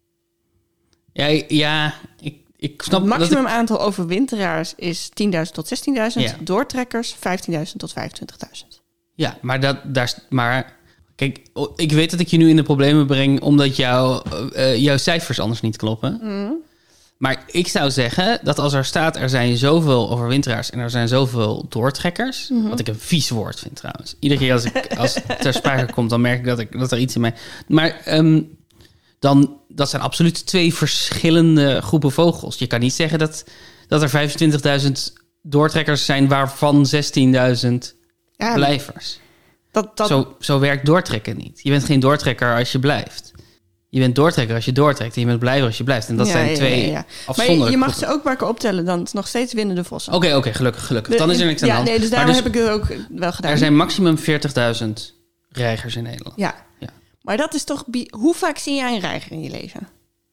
Ja, ja ik, ik snap... Het maximum dat ik... aantal overwinteraars is tienduizend tot zestienduizend. Ja. Doortrekkers vijftienduizend tot vijfentwintigduizend. Ja, maar dat daar... Maar kijk, ik weet dat ik je nu in de problemen breng... omdat jouw, uh, jouw cijfers anders niet kloppen. Mm. Maar ik zou zeggen dat als er staat... er zijn zoveel overwinteraars en er zijn zoveel doortrekkers... Mm-hmm. Wat ik een vies woord vind trouwens. Iedere keer als, ik, als het ter sprake komt... dan merk ik dat, ik dat er iets in mij... Maar um, dan, dat zijn absoluut twee verschillende groepen vogels. Je kan niet zeggen dat, dat er vijfentwintigduizend doortrekkers zijn... waarvan zestienduizend ja, blijvers. Dat, dat... Zo, zo werkt doortrekken niet. Je bent geen doortrekker als je blijft. Je Je bent doortrekker als je doortrekt en je bent blijver als je blijft. En dat Ja, zijn ja, twee ja, ja. afzonderlijke Maar je, je mag groepen. ze ook maar keer optellen. Dan is nog steeds winnen de vossen. Oké, oké, gelukkig, gelukkig. Dan is er niks aan ja, de hand. Nee, dus daarom Maar heb ik het ook wel gedaan. Er zijn maximum veertigduizend reigers in Nederland. Ja. Ja. Maar dat is toch... bi- Hoe vaak zie jij een reiger in je leven?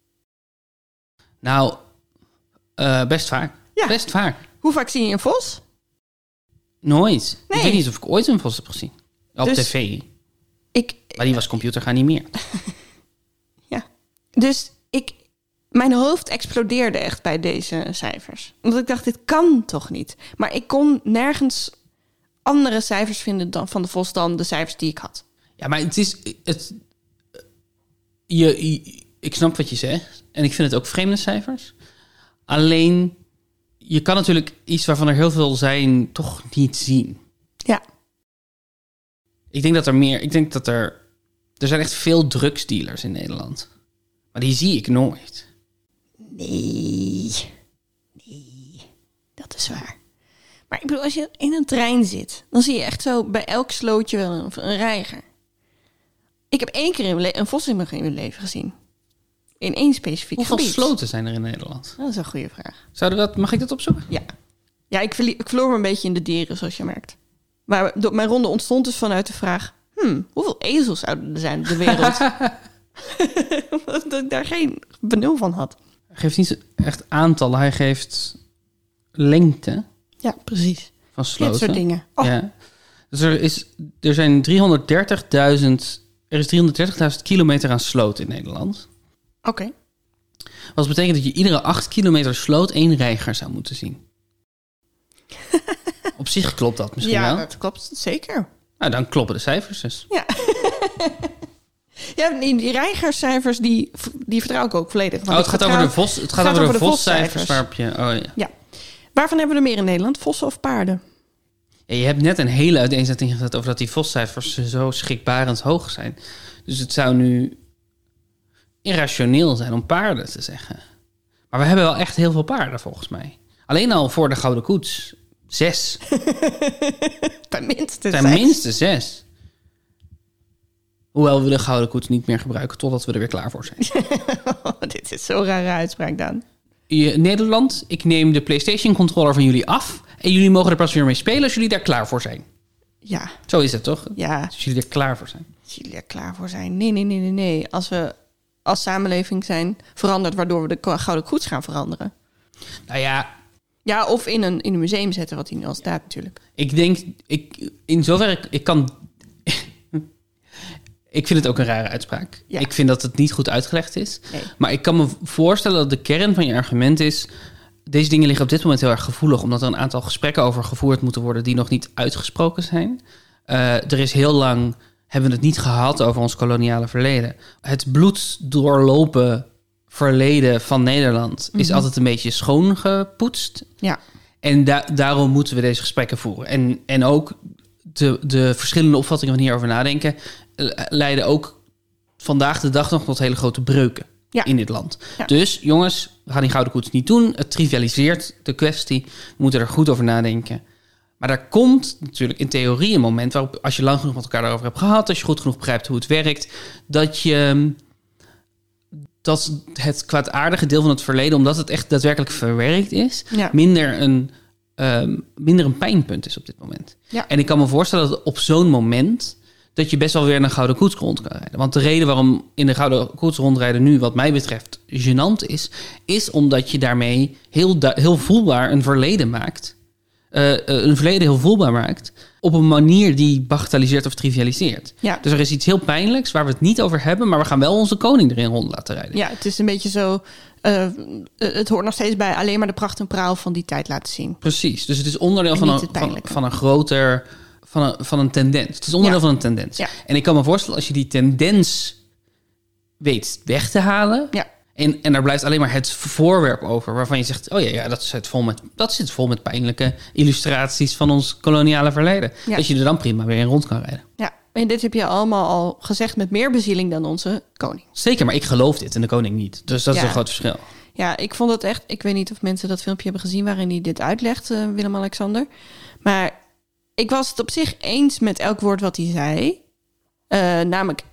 Nou, uh, best vaak. Ja. Best vaak. Hoe vaak zie je een vos? Nooit. Nee. Ik weet niet of ik ooit een vos heb gezien. Op Dus- tv. Ik, Maar die was computer gaan niet meer. ja. Dus ik... Mijn hoofd explodeerde echt bij deze cijfers. Omdat ik dacht, dit kan toch niet? Maar ik kon nergens andere cijfers vinden dan, van de vos dan de cijfers die ik had. Ja, maar het is... Het, je, je, ik snap wat je zegt. En ik vind het ook vreemde cijfers. Alleen, je kan natuurlijk iets waarvan er heel veel zijn toch niet zien. Ja. Ik denk dat er meer... Ik denk dat er... Er zijn echt veel drugsdealers in Nederland. Maar die zie ik nooit. Nee. Nee. Dat is waar. Maar ik bedoel, als je in een trein zit... dan zie je echt zo bij elk slootje wel een, een reiger. Ik heb één keer in mijn le- een vos in mijn, in mijn leven gezien. In één specifiek Hoeveel gebied. sloten zijn er in Nederland? Dat is een goede vraag. Zouden we dat, mag ik dat opzoeken? Ja. Ja, ik, verlie- ik verloor me een beetje in de dieren, zoals je merkt. Maar do- mijn ronde ontstond dus vanuit de vraag... Hmm, hoeveel ezels zouden er zijn op de wereld? Dat ik daar geen benul van had. Hij geeft niet echt aantallen, hij geeft lengte Ja, precies. van sloten. Dit soort dingen. Oh, Ja. Dus er, is, er zijn driehonderddertigduizend... Er is driehonderddertigduizend kilometer aan sloot in Nederland. oké. Wat betekent dat je iedere acht kilometer sloot één reiger zou moeten zien. Op zich klopt dat misschien Ja, wel. dat klopt zeker. Nou, dan kloppen de cijfers dus. Ja. Ja, die, die reigercijfers, die, die vertrouw ik ook volledig. Want Oh, het ik gaat over de vertrouw- vos. Het gaat, over de voscijfers waarop je... Oh ja. Ja. Waarvan hebben we er meer in Nederland? Vossen of paarden? Ja, je hebt net een hele uiteenzetting gezet over dat die voscijfers zo schrikbarend hoog zijn. Dus het zou nu irrationeel zijn om paarden te zeggen. Maar we hebben wel echt heel veel paarden volgens mij. Alleen al voor de Gouden Koets. Zes. Tenminste. Tenminste zes. Hoewel we de Gouden Koets niet meer gebruiken totdat we er weer klaar voor zijn. Dit is zo'n rare uitspraak dan. Je, Nederland, ik neem de PlayStation controller van jullie af. En jullie mogen er pas weer mee spelen als jullie daar klaar voor zijn. Ja, Zo is het toch? ja. Als jullie er klaar voor zijn. Als jullie er klaar voor zijn. Nee, nee, nee, nee, nee. Als we als samenleving zijn veranderd... waardoor we de Gouden Koets gaan veranderen. Nou ja, Ja, of in een, in een museum zetten, wat hij nu al staat natuurlijk. ik denk, ik, in zoverre, ik, ik kan... ik vind het ook een rare uitspraak. Ja. Ik vind dat het niet goed uitgelegd is. Nee. Maar ik kan me voorstellen dat de kern van je argument is... Deze dingen liggen op dit moment heel erg gevoelig... omdat er een aantal gesprekken over gevoerd moeten worden... die nog niet uitgesproken zijn. Uh, er is heel lang... hebben we het niet gehad over ons koloniale verleden. Het bloed doorlopen verleden van Nederland... is Mhm. altijd een beetje schoongepoetst. Ja, En da- daarom moeten we deze gesprekken voeren. En, en ook de, de verschillende opvattingen van hierover nadenken... uh, leiden ook vandaag de dag nog tot hele grote breuken Ja. in dit land. Ja. Dus jongens, we gaan die Gouden Koets niet doen. Het trivialiseert de kwestie. We moeten er goed over nadenken. Maar daar komt natuurlijk in theorie een moment... waarop als je lang genoeg met elkaar daarover hebt gehad... als je goed genoeg begrijpt hoe het werkt... dat je... dat het kwaadaardige deel van het verleden... omdat het echt daadwerkelijk verwerkt is... ja. minder een, um, minder een pijnpunt is op dit moment. Ja. En ik kan me voorstellen dat op zo'n moment... dat je best wel weer een Gouden Koets rond kan rijden. Want de reden waarom in de Gouden Koets rondrijden nu... wat mij betreft gênant is... is omdat je daarmee heel, du- heel voelbaar een verleden maakt... Uh, uh, een verleden heel voelbaar maakt... op een manier die bagatelliseert of trivialiseert. Ja. Dus er is iets heel pijnlijks waar we het niet over hebben... maar we gaan wel onze koning erin rond laten rijden. Ja, het is een beetje zo... Uh, het hoort nog steeds bij alleen maar de pracht en praal van die tijd laten zien. Precies, dus het is onderdeel En van niet een, het van, pijnlijke. van een groter... Van een, van een tendens. Het is onderdeel Ja. van een tendens. Ja. En ik kan me voorstellen, als je die tendens weet weg te halen... Ja. En, en daar blijft alleen maar het voorwerp over... waarvan je zegt, oh ja, ja dat, zit vol met, dat zit vol met pijnlijke illustraties... van ons koloniale verleden. Ja. Dat je er dan prima weer in rond kan rijden. Ja, en dit heb je allemaal al gezegd met meer bezieling dan onze koning. Zeker, maar ik geloof dit en de koning niet. Dus dat is Ja. een groot verschil. Ja, ik vond het echt... Ik weet niet of mensen dat filmpje hebben gezien waarin hij dit uitlegt, uh, Willem-Alexander. Maar ik was het op zich eens met elk woord wat hij zei. Uh, namelijk,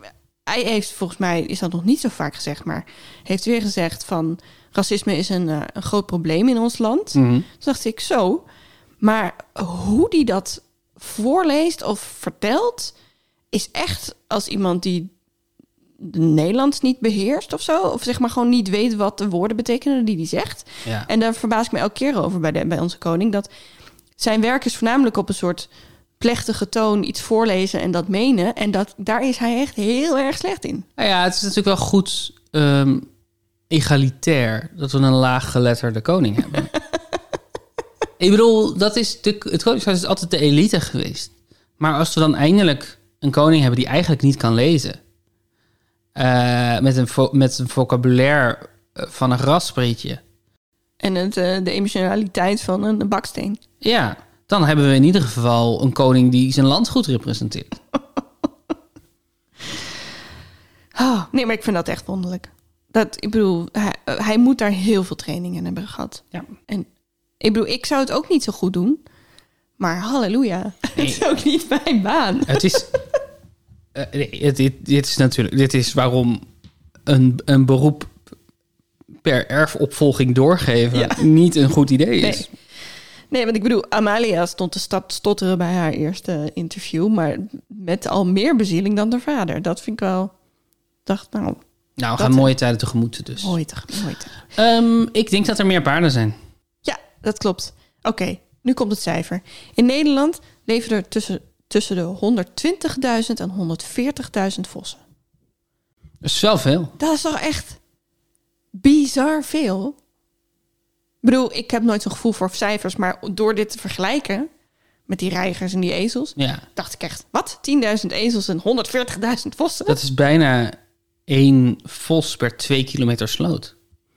hij heeft volgens mij, is dat nog niet zo vaak gezegd, maar heeft weer gezegd van racisme is een, uh, een groot probleem in ons land. Mm-hmm. Toen dacht ik zo, maar hoe die dat voorleest of vertelt, is echt als iemand die de Nederlands niet beheerst of zo, of zeg maar gewoon niet weet wat de woorden betekenen die hij zegt. Ja. En daar verbaas ik me elke keer over bij, de, bij onze koning, dat zijn werk is voornamelijk op een soort plechtige toon iets voorlezen en dat menen. En dat, daar is hij echt heel erg slecht in. Nou ja, het is natuurlijk wel goed um, egalitair dat we een laaggeletterde koning hebben. Ik bedoel, dat is de, het koningshuis is altijd de elite geweest. Maar als we dan eindelijk een koning hebben die eigenlijk niet kan lezen, Uh, met, een vo- met een vocabulaire van een grassprietje. En het, uh, de emotionaliteit van een baksteen. Ja, dan hebben we in ieder geval een koning die zijn land goed representeert. Oh, nee, maar ik vind dat echt wonderlijk. Dat, ik bedoel, hij, hij moet daar heel veel training in hebben gehad. Ja. En ik bedoel, ik zou het ook niet zo goed doen. Maar halleluja, Nee. het is ook niet mijn baan. Het is... Uh, nee, dit, dit is natuurlijk... Dit is waarom een, een beroep per erfopvolging doorgeven Ja. niet een goed idee is. Nee. Nee, want ik bedoel, Amalia stond te stad stotteren bij haar eerste interview, maar met al meer bezieling dan haar vader. Dat vind ik wel... dacht, nou, Nou, we Dat- gaan mooie tijden tegemoet dus. mooi toch, mooi toch. Um, ik denk dat er meer paarden zijn. Ja, dat klopt. Oké, okay, nu komt het cijfer. In Nederland leven er tussen, tussen de honderdtwintigduizend en honderdveertigduizend vossen. Dat is wel veel. Dat is toch echt bizar veel? Ik bedoel, ik heb nooit zo'n gevoel voor cijfers, maar door dit te vergelijken met die reigers en die ezels, Ja, dacht ik echt, wat? tienduizend ezels en honderdveertigduizend vossen? dat is bijna één vos per twee kilometer sloot.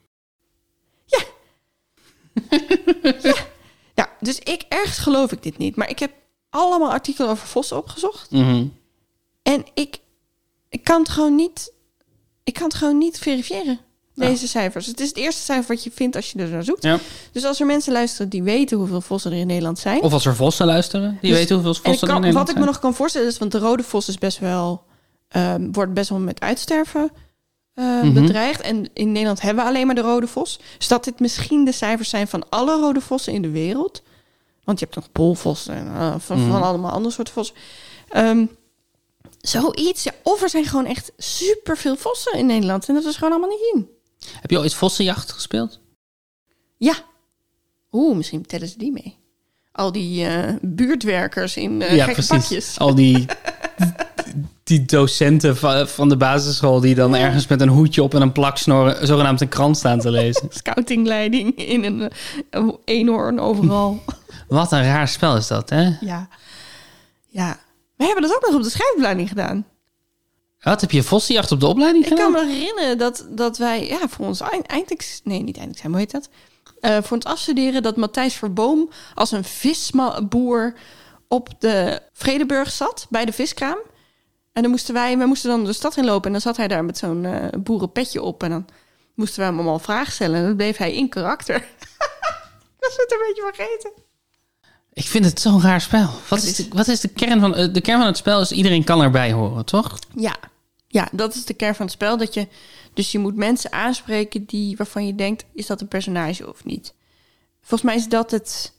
Ja, dus ik ergens geloof ik dit niet. Maar ik heb allemaal artikelen over vossen opgezocht. Mm-hmm. En ik, ik kan het gewoon niet... Ik kan het gewoon niet verifiëren, deze cijfers. Het is het eerste cijfer wat je vindt als je er naar zoekt. Ja. Dus als er mensen luisteren die weten hoeveel vossen er in Nederland zijn... Of als er vossen luisteren, die Dus- weten hoeveel en ik vossen er kan, in Nederland wat ik me zijn. nog kan voorstellen is... want de rode vos is best wel... Um, wordt best wel met uitsterven uh, Mhm. bedreigd. En in Nederland hebben we alleen maar de rode vos. Dus dat dit misschien de cijfers zijn van alle rode vossen in de wereld. Want je hebt nog poolvossen en uh, van, Mhm. van allemaal andere soorten vossen. Um, zoiets. Ja, of er zijn gewoon echt superveel vossen in Nederland. En dat is gewoon allemaal niet zien. Heb je ooit vossenjacht gespeeld? Ja. Oeh, misschien tellen ze die mee. Al die uh, buurtwerkers in uh, ja, gekke precies. pakjes. Al die, die docenten van, van de basisschool die dan ergens met een hoedje op en een plaksnor zogenaamd een krant staan te lezen. Scoutingleiding in een uh, eenhoorn overal. Wat een raar spel is dat, hè? Ja. Ja. We hebben dat ook nog op de schrijfopleiding gedaan. Wat, heb je vossenjacht op de opleiding Ik gedaan? kan me herinneren dat, dat wij, ja, voor ons eind, eindex... Nee, niet eindexamen, hoe heet dat? Uh, voor ons afstuderen dat Matthijs Verboom als een visboer op de Vredeburg zat, bij de viskraam. En dan moesten wij, wij moesten dan de stad inlopen en dan zat hij daar met zo'n uh, boerenpetje op. En dan moesten wij hem allemaal vragen stellen en dan bleef hij in karakter. Ik was het een beetje vergeten. Ik vind het zo'n raar spel. Wat is de, wat is de kern van... De kern van het spel is iedereen kan erbij horen, toch? Ja, ja, dat is de kern van het spel. Dat je, dus je moet mensen aanspreken die, waarvan je denkt, is dat een personage of niet? Volgens mij is dat het...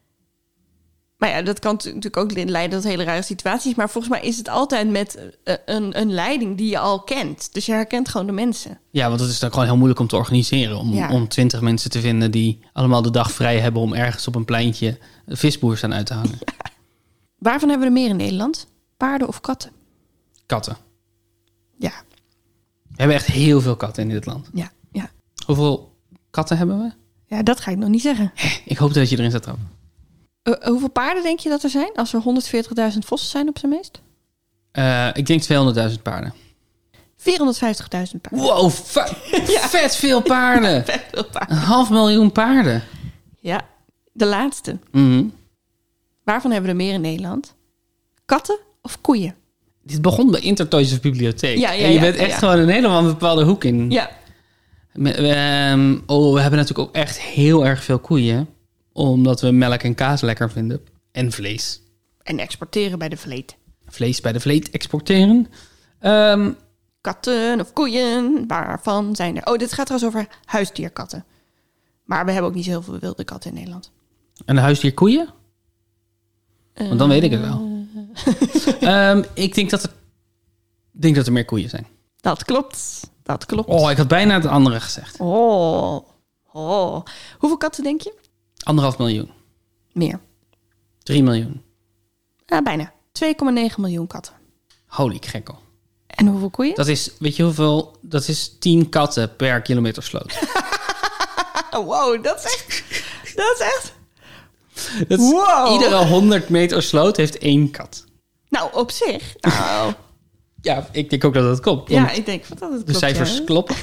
Maar ja, dat kan natuurlijk ook leiden tot hele rare situaties. Maar volgens mij is het altijd met een, een leiding die je al kent. Dus je herkent gewoon de mensen. Ja, want het is dan gewoon heel moeilijk om te organiseren. Om, Ja. om twintig mensen te vinden die allemaal de dag vrij hebben om ergens op een pleintje visboers aan uit te hangen. Ja. Waarvan hebben we er meer in Nederland? Paarden of katten? Katten. Ja, We hebben echt heel veel katten in dit land. ja, ja. Hoeveel katten hebben we? Ja, dat ga ik nog niet zeggen. Ik hoop dat je erin zit trappen. Uh, hoeveel paarden denk je dat er zijn? Als er honderdveertigduizend vossen zijn op zijn meest? Uh, ik denk tweehonderdduizend paarden. vierhonderdvijftigduizend paarden. Wow, fa- Ja. vet veel paarden. Vet veel paarden. Een half miljoen paarden. Ja, de laatste. Mhm. Waarvan hebben we er meer in Nederland? Katten of koeien? Dit begon bij Intertoys of Bibliotheek. Ja, ja, en je ja, bent echt ja. gewoon een helemaal bepaalde hoek in. Ja. Me- ehm, oh, we hebben natuurlijk ook echt heel erg veel koeien. Omdat we melk en kaas lekker vinden. En vlees. En exporteren bij de vleet. Vlees bij de vleet exporteren. Ehm, katten of koeien? Waarvan zijn er... Oh, dit gaat trouwens over huisdierkatten. Maar we hebben ook niet zo heel veel wilde katten in Nederland. En de huisdier koeien? Want dan weet ik het wel. um, ik denk dat, er, denk dat er meer koeien zijn. Dat klopt. Dat klopt. Oh, ik had bijna het andere gezegd. Oh. oh. Hoeveel katten denk je? Anderhalf miljoen. Meer. Drie miljoen. Ja, bijna. twee komma negen miljoen katten. Holy gekkel. En hoeveel koeien? Dat is, weet je hoeveel? Dat is tien katten per kilometer sloot. Wow, dat is echt... Dat is echt... Dat is, wow. Iedere honderd meter sloot heeft één kat. Nou, op zich. Nou. Ja, ik denk ook dat dat klopt. Ja, ik denk dat het klopt. De cijfers ja. kloppen.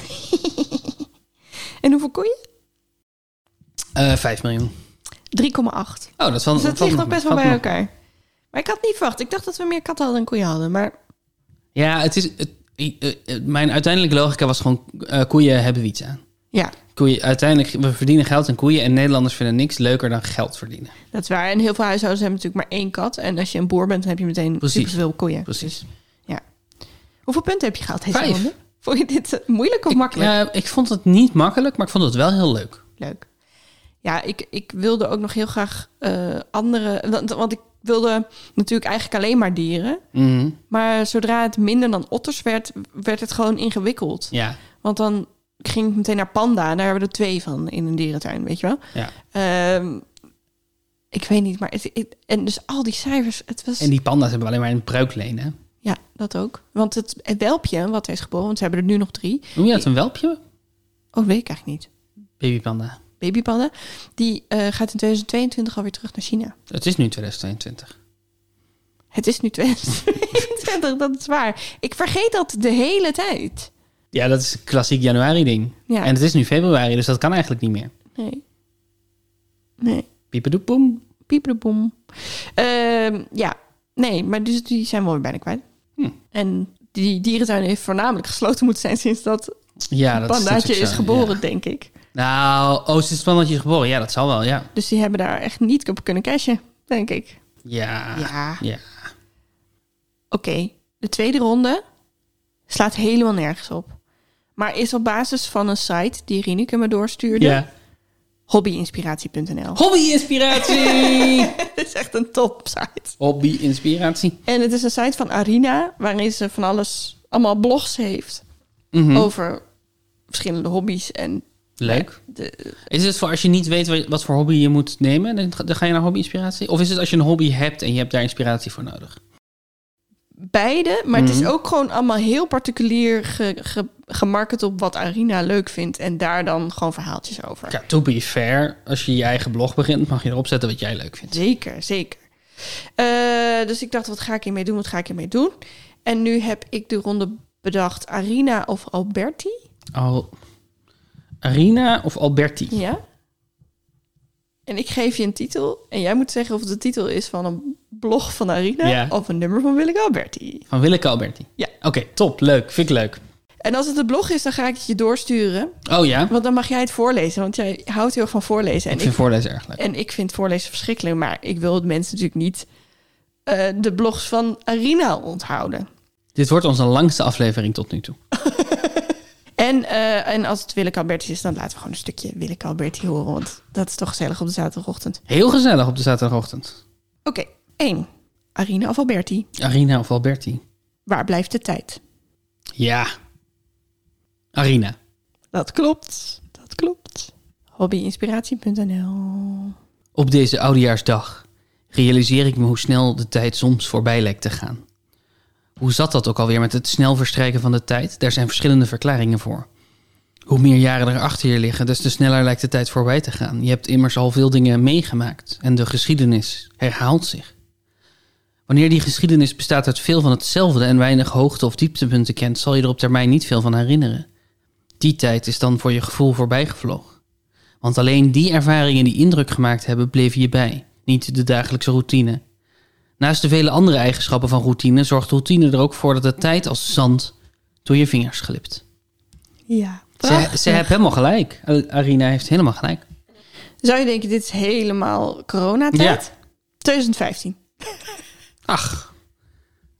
En hoeveel koeien? Uh, vijf miljoen. drie komma acht. Oh, dat is wel... Dus dat ligt nog best wel bij nog. elkaar. Maar ik had niet verwacht. Ik dacht dat we meer katten hadden dan koeien hadden. Maar... Ja, het is... Het, uh, uh, mijn uiteindelijke logica was gewoon... Uh, koeien hebben iets aan. Ja. Koeien, uiteindelijk, we verdienen geld in koeien... en Nederlanders vinden niks leuker dan geld verdienen. Dat is waar. En heel veel huishoudens hebben natuurlijk maar één kat. En als je een boer bent, dan heb je meteen superveel koeien. Precies. Dus, ja. Hoeveel punten heb je gehaald deze Vijf. ronde? Vond je dit uh, moeilijk of ik, makkelijk? Uh, ik vond het niet makkelijk, maar ik vond het wel heel leuk. Leuk. Ja, ik, ik wilde ook nog heel graag uh, andere... Want, want ik wilde natuurlijk eigenlijk alleen maar dieren. Mm-hmm. Maar zodra het minder dan otters werd, werd het gewoon ingewikkeld. Ja. Want dan ging ik meteen naar panda. En daar hebben we er twee van in een dierentuin, weet je wel? Ja. Um, ik weet niet, maar... Het, het, en dus al die cijfers, het was... En die panda's hebben we alleen maar een pruikleen, hè? Ja, dat ook. Want het, het welpje wat is geboren, want ze hebben er nu nog drie. Noem je dat een welpje? Oh, weet ik eigenlijk niet. Babypanda. Babypanda. Die uh, gaat in tweeduizend tweeëntwintig alweer terug naar China. Het is nu tweeduizend tweeëntwintig. Het is nu tweeduizend tweeëntwintig, dat is waar. Ik vergeet dat de hele tijd. Ja, dat is een klassiek januari ding. Ja. En het is nu februari, dus dat kan eigenlijk niet meer. Nee. Nee. Piepedoepoem. Piepedoepom. Uh, ja, nee, maar dus die zijn we weer bijna kwijt. Hm. En die dierentuin heeft voornamelijk gesloten moeten zijn sinds dat ja, dat pandaatje is, is geboren, ja. denk ik. Nou, oh, sinds het pandaatje is geboren. Ja, dat zal wel, ja. Dus die hebben daar echt niet op kunnen cashen, denk ik. Ja. Ja. ja. Oké, okay, de tweede ronde slaat helemaal nergens op. Maar is op basis van een site die Rineke me doorstuurde. Ja. hobbyinspiratie punt n l. Hobbyinspiratie! Het is echt een topsite. Hobbyinspiratie. En het is een site van Arina, waarin ze van alles, allemaal blogs heeft. Mm-hmm. Over verschillende hobby's. En leuk. De, is het voor als je niet weet wat voor hobby je moet nemen, dan ga je naar hobbyinspiratie? Of is het als je een hobby hebt en je hebt daar inspiratie voor nodig? Beide, maar mm-hmm. het is ook gewoon allemaal heel particulier ge, ge, gemarket op wat Arina leuk vindt. En daar dan gewoon verhaaltjes over. Ja, to be fair, als je je eigen blog begint, mag je erop zetten wat jij leuk vindt. Zeker, zeker. Uh, dus ik dacht, wat ga ik hiermee doen, wat ga ik hiermee doen? En nu heb ik de ronde bedacht, Arina of Alberti? Al... Arina of Alberti? Ja. En ik geef je een titel en jij moet zeggen of het de titel is van een blog van Arina ja. of een nummer van Willeke Alberti. Van Willeke Alberti? Ja. Oké, okay, top, leuk, vind ik leuk. En als het de blog is, dan ga ik het je doorsturen. Oh ja? Want dan mag jij het voorlezen, want jij houdt heel erg van voorlezen. En ik vind ik, voorlezen erg leuk. En ik vind voorlezen verschrikkelijk, maar ik wil het mensen natuurlijk niet uh, de blogs van Arina onthouden. Dit wordt onze langste aflevering tot nu toe. En, uh, en als het Willeke Alberti is, dan laten we gewoon een stukje Willeke Alberti horen. Want dat is toch gezellig op de zaterdagochtend. Heel gezellig op de zaterdagochtend. Oké, okay, één. Arina of Alberti? Arina of Alberti. Waar blijft de tijd? Ja. Arina. Dat klopt, dat klopt. hobbyinspiratie punt n l. Op deze oudejaarsdag realiseer ik me hoe snel de tijd soms voorbij lijkt te gaan. Hoe zat dat ook alweer met het snel verstrijken van de tijd? Daar zijn verschillende verklaringen voor. Hoe meer jaren er achter je liggen, des te sneller lijkt de tijd voorbij te gaan. Je hebt immers al veel dingen meegemaakt en de geschiedenis herhaalt zich. Wanneer die geschiedenis bestaat uit veel van hetzelfde en weinig hoogte- of dieptepunten kent, zal je er op termijn niet veel van herinneren. Die tijd is dan voor je gevoel voorbijgevlogen. Want alleen die ervaringen die indruk gemaakt hebben, bleven je bij, niet de dagelijkse routine. Naast de vele andere eigenschappen van routine zorgt routine er ook voor dat de tijd als zand door je vingers glipt. Ja, ze, ze heeft helemaal gelijk. Arina heeft helemaal gelijk. Zou je denken, dit is helemaal coronatijd? Ja. twintig vijftien. Ach.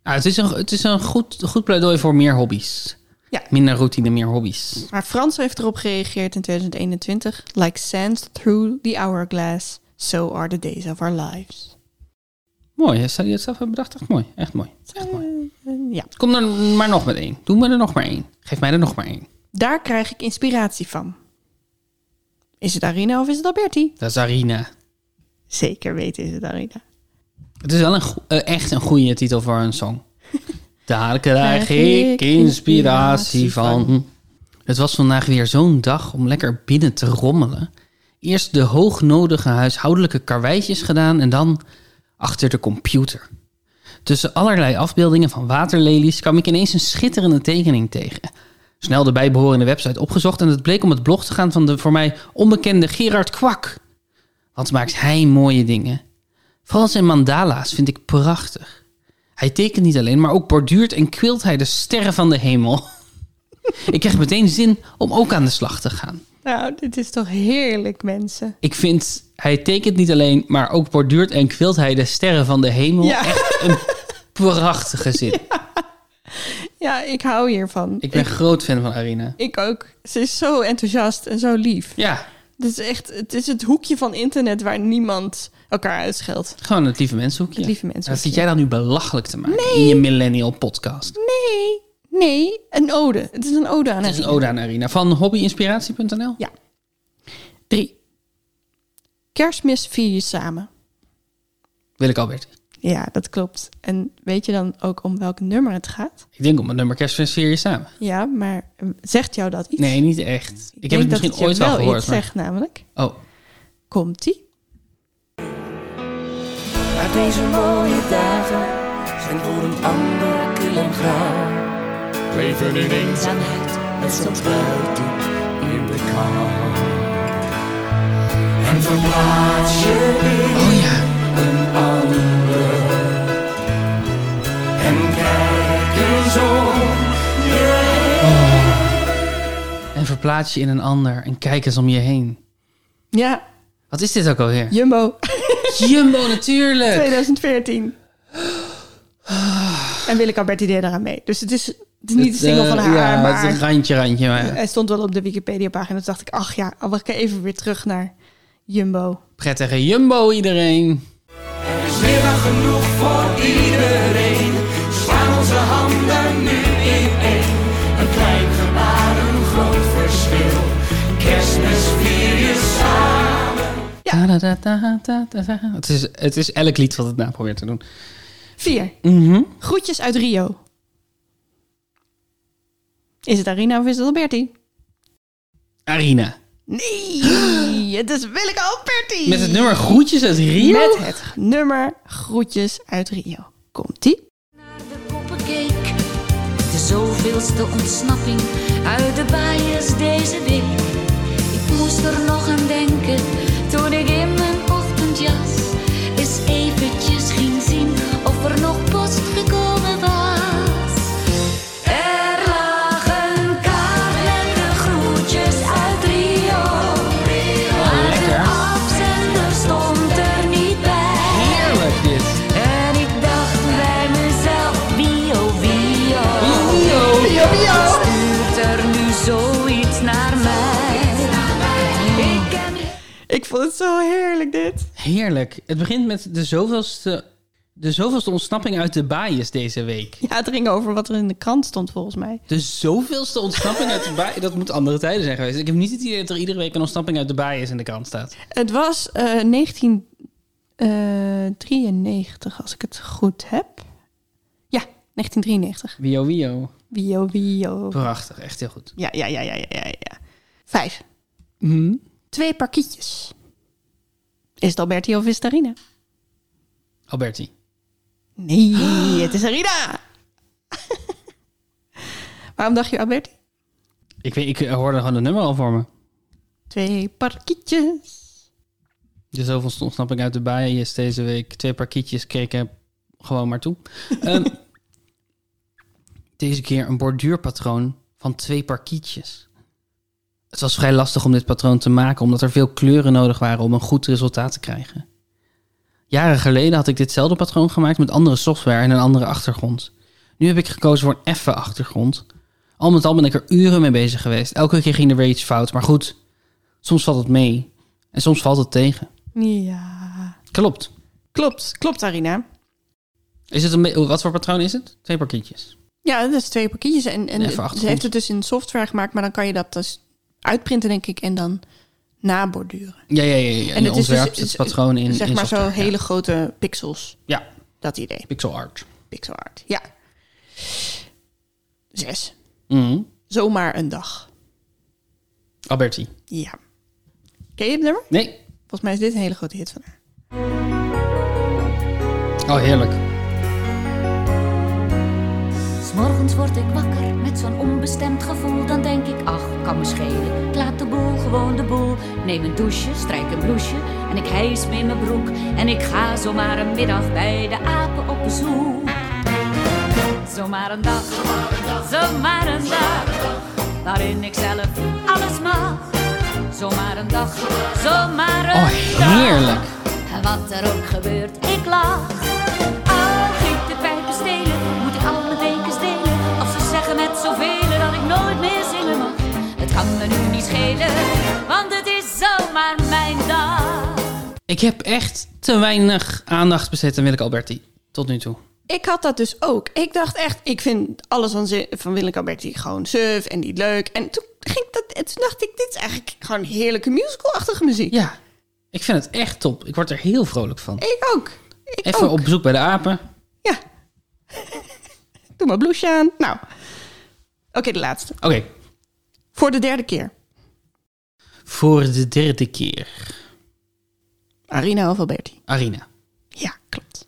Ah, het is een, het is een goed, goed pleidooi voor meer hobby's. Ja. Minder routine, meer hobby's. Maar Frans heeft erop gereageerd in twintig eenentwintig. Like sand through the hourglass, so are the days of our lives. Mooi, zou je het zelf hebben bedacht? Echt mooi, echt mooi. Echt mooi. Uh, uh, ja. Kom er maar nog met één. Doe me er nog maar één. Geef mij er nog maar één. Daar krijg ik inspiratie van. Is het Arina of is het Alberti? Dat is Arina. Zeker weten is het Arina. Het is wel een go- uh, echt een goede titel voor een song. Daar krijg ik inspiratie van. Het was vandaag weer zo'n dag om lekker binnen te rommelen. Eerst de hoognodige huishoudelijke karweitjes gedaan en dan achter de computer. Tussen allerlei afbeeldingen van waterlelies kwam ik ineens een schitterende tekening tegen. Snel de bijbehorende website opgezocht en het bleek om het blog te gaan van de voor mij onbekende Gerard Kwak. Wat maakt hij mooie dingen? Vooral zijn mandala's vind ik prachtig. Hij tekent niet alleen, maar ook borduurt en kwilt hij de sterren van de hemel. Ik kreeg meteen zin om ook aan de slag te gaan. Nou, dit is toch heerlijk, mensen. Ik vind, hij tekent niet alleen, maar ook borduurt en kwilt hij de sterren van de hemel. Ja. Echt een prachtige zin. Ja. Ja, ik hou hiervan. Ik ben ik, groot fan van Arina. Ik ook. Ze is zo enthousiast en zo lief. Ja. Het is echt, het is het hoekje van internet waar niemand elkaar uitscheldt. Gewoon het lieve mensenhoekje. Het lieve mensenhoekje. Dat zit jij dan nu belachelijk te maken Nee. in je millennial podcast. Nee, nee, een ode. Het is een ode aan Het is een Arina. ode aan Arina van hobbyinspiratie punt n l. Ja. Drie. Kerstmis vier je samen. Wil ik Albert. Ja, dat klopt. En weet je dan ook om welk nummer het gaat? Ik denk om het nummer Kerstmis vier je samen. Ja, maar eh, zegt jou dat iets? Nee, niet echt. Ik, Ik heb het denk misschien dat het je ooit wel wel gehoord. iets Maar... zegt namelijk. Oh, Komt-ie? Maar deze mooie dagen zijn voor een ander kil en grauw. Leven in eenzaamheid met soms buiten in de kou. En verplaats je in oh ja. een ander. En kijk eens om je heen. En verplaats je in een ander en kijk eens om je heen. Ja, Wat is dit ook alweer? Jumbo. Jumbo natuurlijk. twintig veertien. En Willeke Alberti deed eraan mee. Dus het is, het is niet de single Het, van eh, haar, Ja, maar het is een randje, randje. Maar hij stond wel op de Wikipedia-pagina. Toen dacht ik, ach ja, al wil ik even weer terug naar Jumbo. prettige Jumbo iedereen. Er is meer dan genoeg voor iedereen. Slaan onze handen nu in één. Een klein gebaar, een groot verschil. Kerstmis vier je samen. Ja. Da, da, da, da, da, da. Het, is, het is elk lied wat het na probeert te doen. Vier. Mhm. Groetjes uit Rio. Is het Arina of is het Alberti? Arina. Nee, het is Willeke Alberti. Met het nummer Groetjes uit Rio. Met het nummer Groetjes uit Rio. Komt-ie? Naar de poppen keek, de zoveelste ontsnapping uit de bias deze week. Ik moest er nog aan denken toen ik in mijn ochtendjas eens eventjes ging zien of er nog post gekomen was. Er lag een kaart met de groetjes uit Rio, maar de afzender stond er niet bij. Heerlijk dit. En ik dacht bij mezelf, wie oh wie Rio. stuurt er nu zoiets naar mij? Ik ken Ik vond het zo heerlijk dit. Heerlijk. Het begint met de zoveelste, de zoveelste ontsnapping uit de bias deze week. Ja, het ging over wat er in de krant stond volgens mij. De zoveelste ontsnapping uit de bias. Dat moet andere tijden zijn geweest. Ik heb niet het idee dat er iedere week een ontsnapping uit de bias in de krant staat. Het was eh, negentien drieënnegentig, als ik het goed heb. Ja, negentien drieënnegentig. Wio Wio. Wio, wio. Prachtig. Echt heel goed. Ja, ja, ja, ja, ja, ja. ja. Vijf. Mhm. Twee parkietjes. Is het Alberti of is het Arina? Alberti. Nee, het is Arina. Waarom dacht je Alberti? Ik, weet, ik hoorde gewoon de nummer al voor me. Twee parkietjes. De zoveelste ontsnapping uit de bias deze week. Twee parkietjes keken gewoon maar toe. um, deze keer een borduurpatroon van twee parkietjes. Het was vrij lastig om dit patroon te maken, omdat er veel kleuren nodig waren om een goed resultaat te krijgen. Jaren geleden had ik ditzelfde patroon gemaakt met andere software en een andere achtergrond. Nu heb ik gekozen voor een effe achtergrond. Al met al ben ik er uren mee bezig geweest. Elke keer ging de rage fout. Maar goed, soms valt het mee. En soms valt het tegen. Ja. Klopt. Klopt, klopt Arina. Is het een be- wat voor patroon is het? Twee parkietjes. Ja, dat is twee pakjes. En, en Even ze achtergrond. heeft het dus in software gemaakt, maar dan kan je dat dus uitprinten, denk ik, en dan naborduren. Ja, ja, ja. ja. En je ontwerpt is- het patroon in zeg in maar software. zo hele grote pixels. Ja, Dat idee. pixel art. Pixel art. Ja. Zes. Mhm. Zomaar een dag. Alberti. Ja. Ken je het nummer? Nee. Volgens mij is dit een hele grote hit van haar. Oh, heerlijk. 'S Morgens word ik wakker met zo'n onbestemd gevoel. Dan denk ik, ach, kan me schelen. Ik laat de boel gewoon de boel. Neem een douche, strijk een blouseje en ik hijs me in mijn broek. En ik ga zomaar een middag bij de apen op bezoek. Zomaar een dag, zomaar een dag, waarin ik zelf alles mag. Zomaar een dag, zomaar een Oh, dag. heerlijk. En wat er ook gebeurt, ik lach. Als ik de pijpen stelen, moet ik al mijn dekens delen. Of ze zeggen met zoveel dat ik nooit meer zingen mag. Het kan me nu niet schelen, want het is zomaar mijn dag. Ik heb echt te weinig aandacht besteed aan Willeke Alberti. Tot nu toe. Ik had dat dus ook. Ik dacht echt, ik vind alles van, ze- van Willeke Alberti gewoon suf en niet leuk. En toen, ging ik dat, en toen dacht ik, dit is eigenlijk gewoon heerlijke musical-achtige muziek. Ja, ik vind het echt top. Ik word er heel vrolijk van. Ik ook. Ik Even ook. op bezoek bij de apen. Ja. Doe maar blouseje aan. Nou. Oké, de laatste. Oké, Voor de derde keer. voor de derde keer. Arina of Alberti? Arina. Ja, klopt.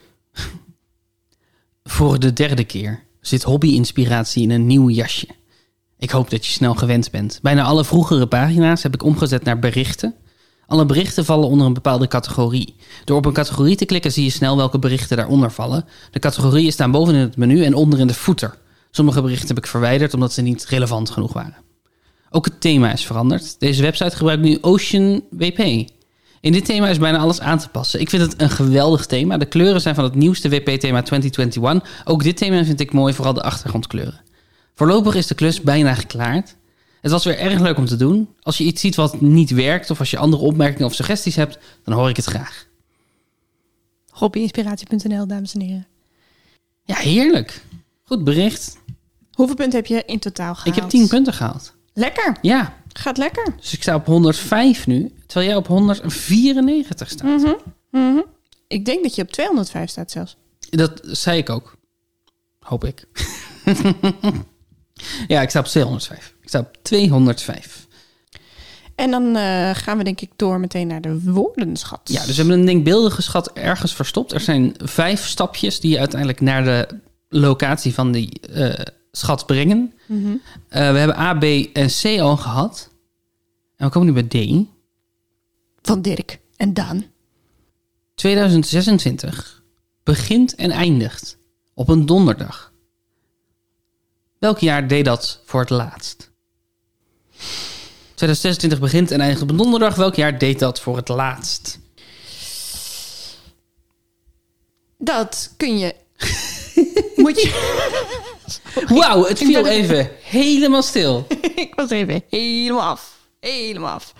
Voor de derde keer zit hobby-inspiratie in een nieuw jasje. Ik hoop dat je snel gewend bent. Bijna alle vroegere pagina's heb ik omgezet naar berichten. Alle berichten vallen onder een bepaalde categorie. Door op een categorie te klikken zie je snel welke berichten daaronder vallen. De categorieën staan boven in het menu en onder in de footer. Sommige berichten heb ik verwijderd omdat ze niet relevant genoeg waren. Ook het thema is veranderd. Deze website gebruikt nu Ocean W P. In dit thema is bijna alles aan te passen. Ik vind het een geweldig thema. De kleuren zijn van het nieuwste W P-thema twintig eenentwintig. Ook dit thema vind ik mooi, vooral de achtergrondkleuren. Voorlopig is de klus bijna geklaard. Het was weer erg leuk om te doen. Als je iets ziet wat niet werkt of als je andere opmerkingen of suggesties hebt, dan hoor ik het graag. hobbyinspiratie punt n l, dames en heren. Ja, heerlijk. Goed bericht. Hoeveel punten heb je in totaal gehaald? Ik heb tien punten gehaald. Lekker. Ja, Gaat lekker. dus ik sta op honderdvijf nu, terwijl jij op honderdvierennegentig staat. Mhm, mhm. Ik denk dat je op tweehonderdvijf staat zelfs. Dat zei ik ook. Hoop ik. Ja, ik sta op tweehonderdvijf. Ik sta op tweehonderdvijf. En dan eh, gaan we denk ik door meteen naar de woordenschat. Ja, dus we hebben een denkbeeldige schat ergens verstopt. Er zijn vijf stapjes die je uiteindelijk naar de locatie van die eh, schat brengen. Mhm. Uh, we hebben A, B en C al gehad. En we komen nu bij D. Van Dirk en Daan. tweeduizend zesentwintig begint en eindigt op een donderdag. Welk jaar deed dat voor het laatst? tweeduizend zesentwintig begint en eindigt op een donderdag. Welk jaar deed dat voor het laatst? Dat kun je... Moet je... Wauw, het Ik viel ben- even helemaal stil. Ik was even helemaal af. Helemaal af.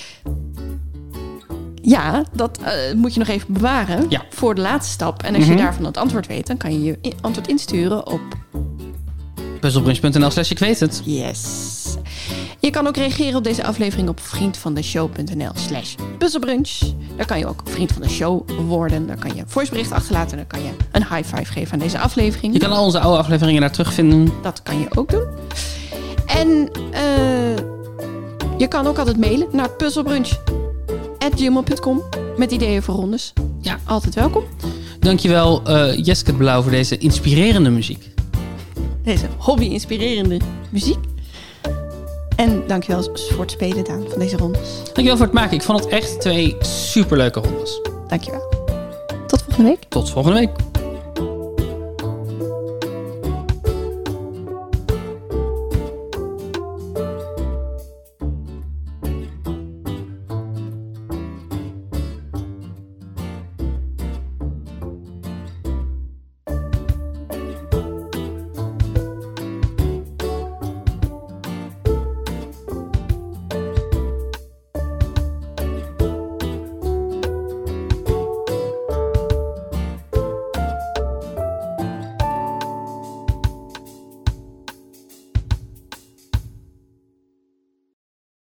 Ja, dat eh, moet je nog even bewaren Ja. voor de laatste stap. En als Mhm. je daarvan het antwoord weet, dan kan je je i- antwoord insturen op puzzelbrunch punt n l slash ik weet het. yes. Je kan ook reageren op deze aflevering op vriendvandeshow punt n l slash puzzelbrunch. Daar kan je ook vriend van de show worden. Daar kan je voicebericht achterlaten. Dan kan je een high five geven aan deze aflevering. Je kan al onze oude afleveringen daar terugvinden. Dat kan je ook doen. En eh, je kan ook altijd mailen naar puzzelbrunch at gmail punt com met ideeën voor rondes. Ja. Altijd welkom. Dankjewel uh, Jeske Blauw voor deze inspirerende muziek. Deze hobby-inspirerende muziek. En dankjewel voor het spelen, Daan, van deze rondes. Dankjewel voor het maken. Ik vond het echt twee superleuke rondes. Dankjewel. Tot volgende week. Tot volgende week.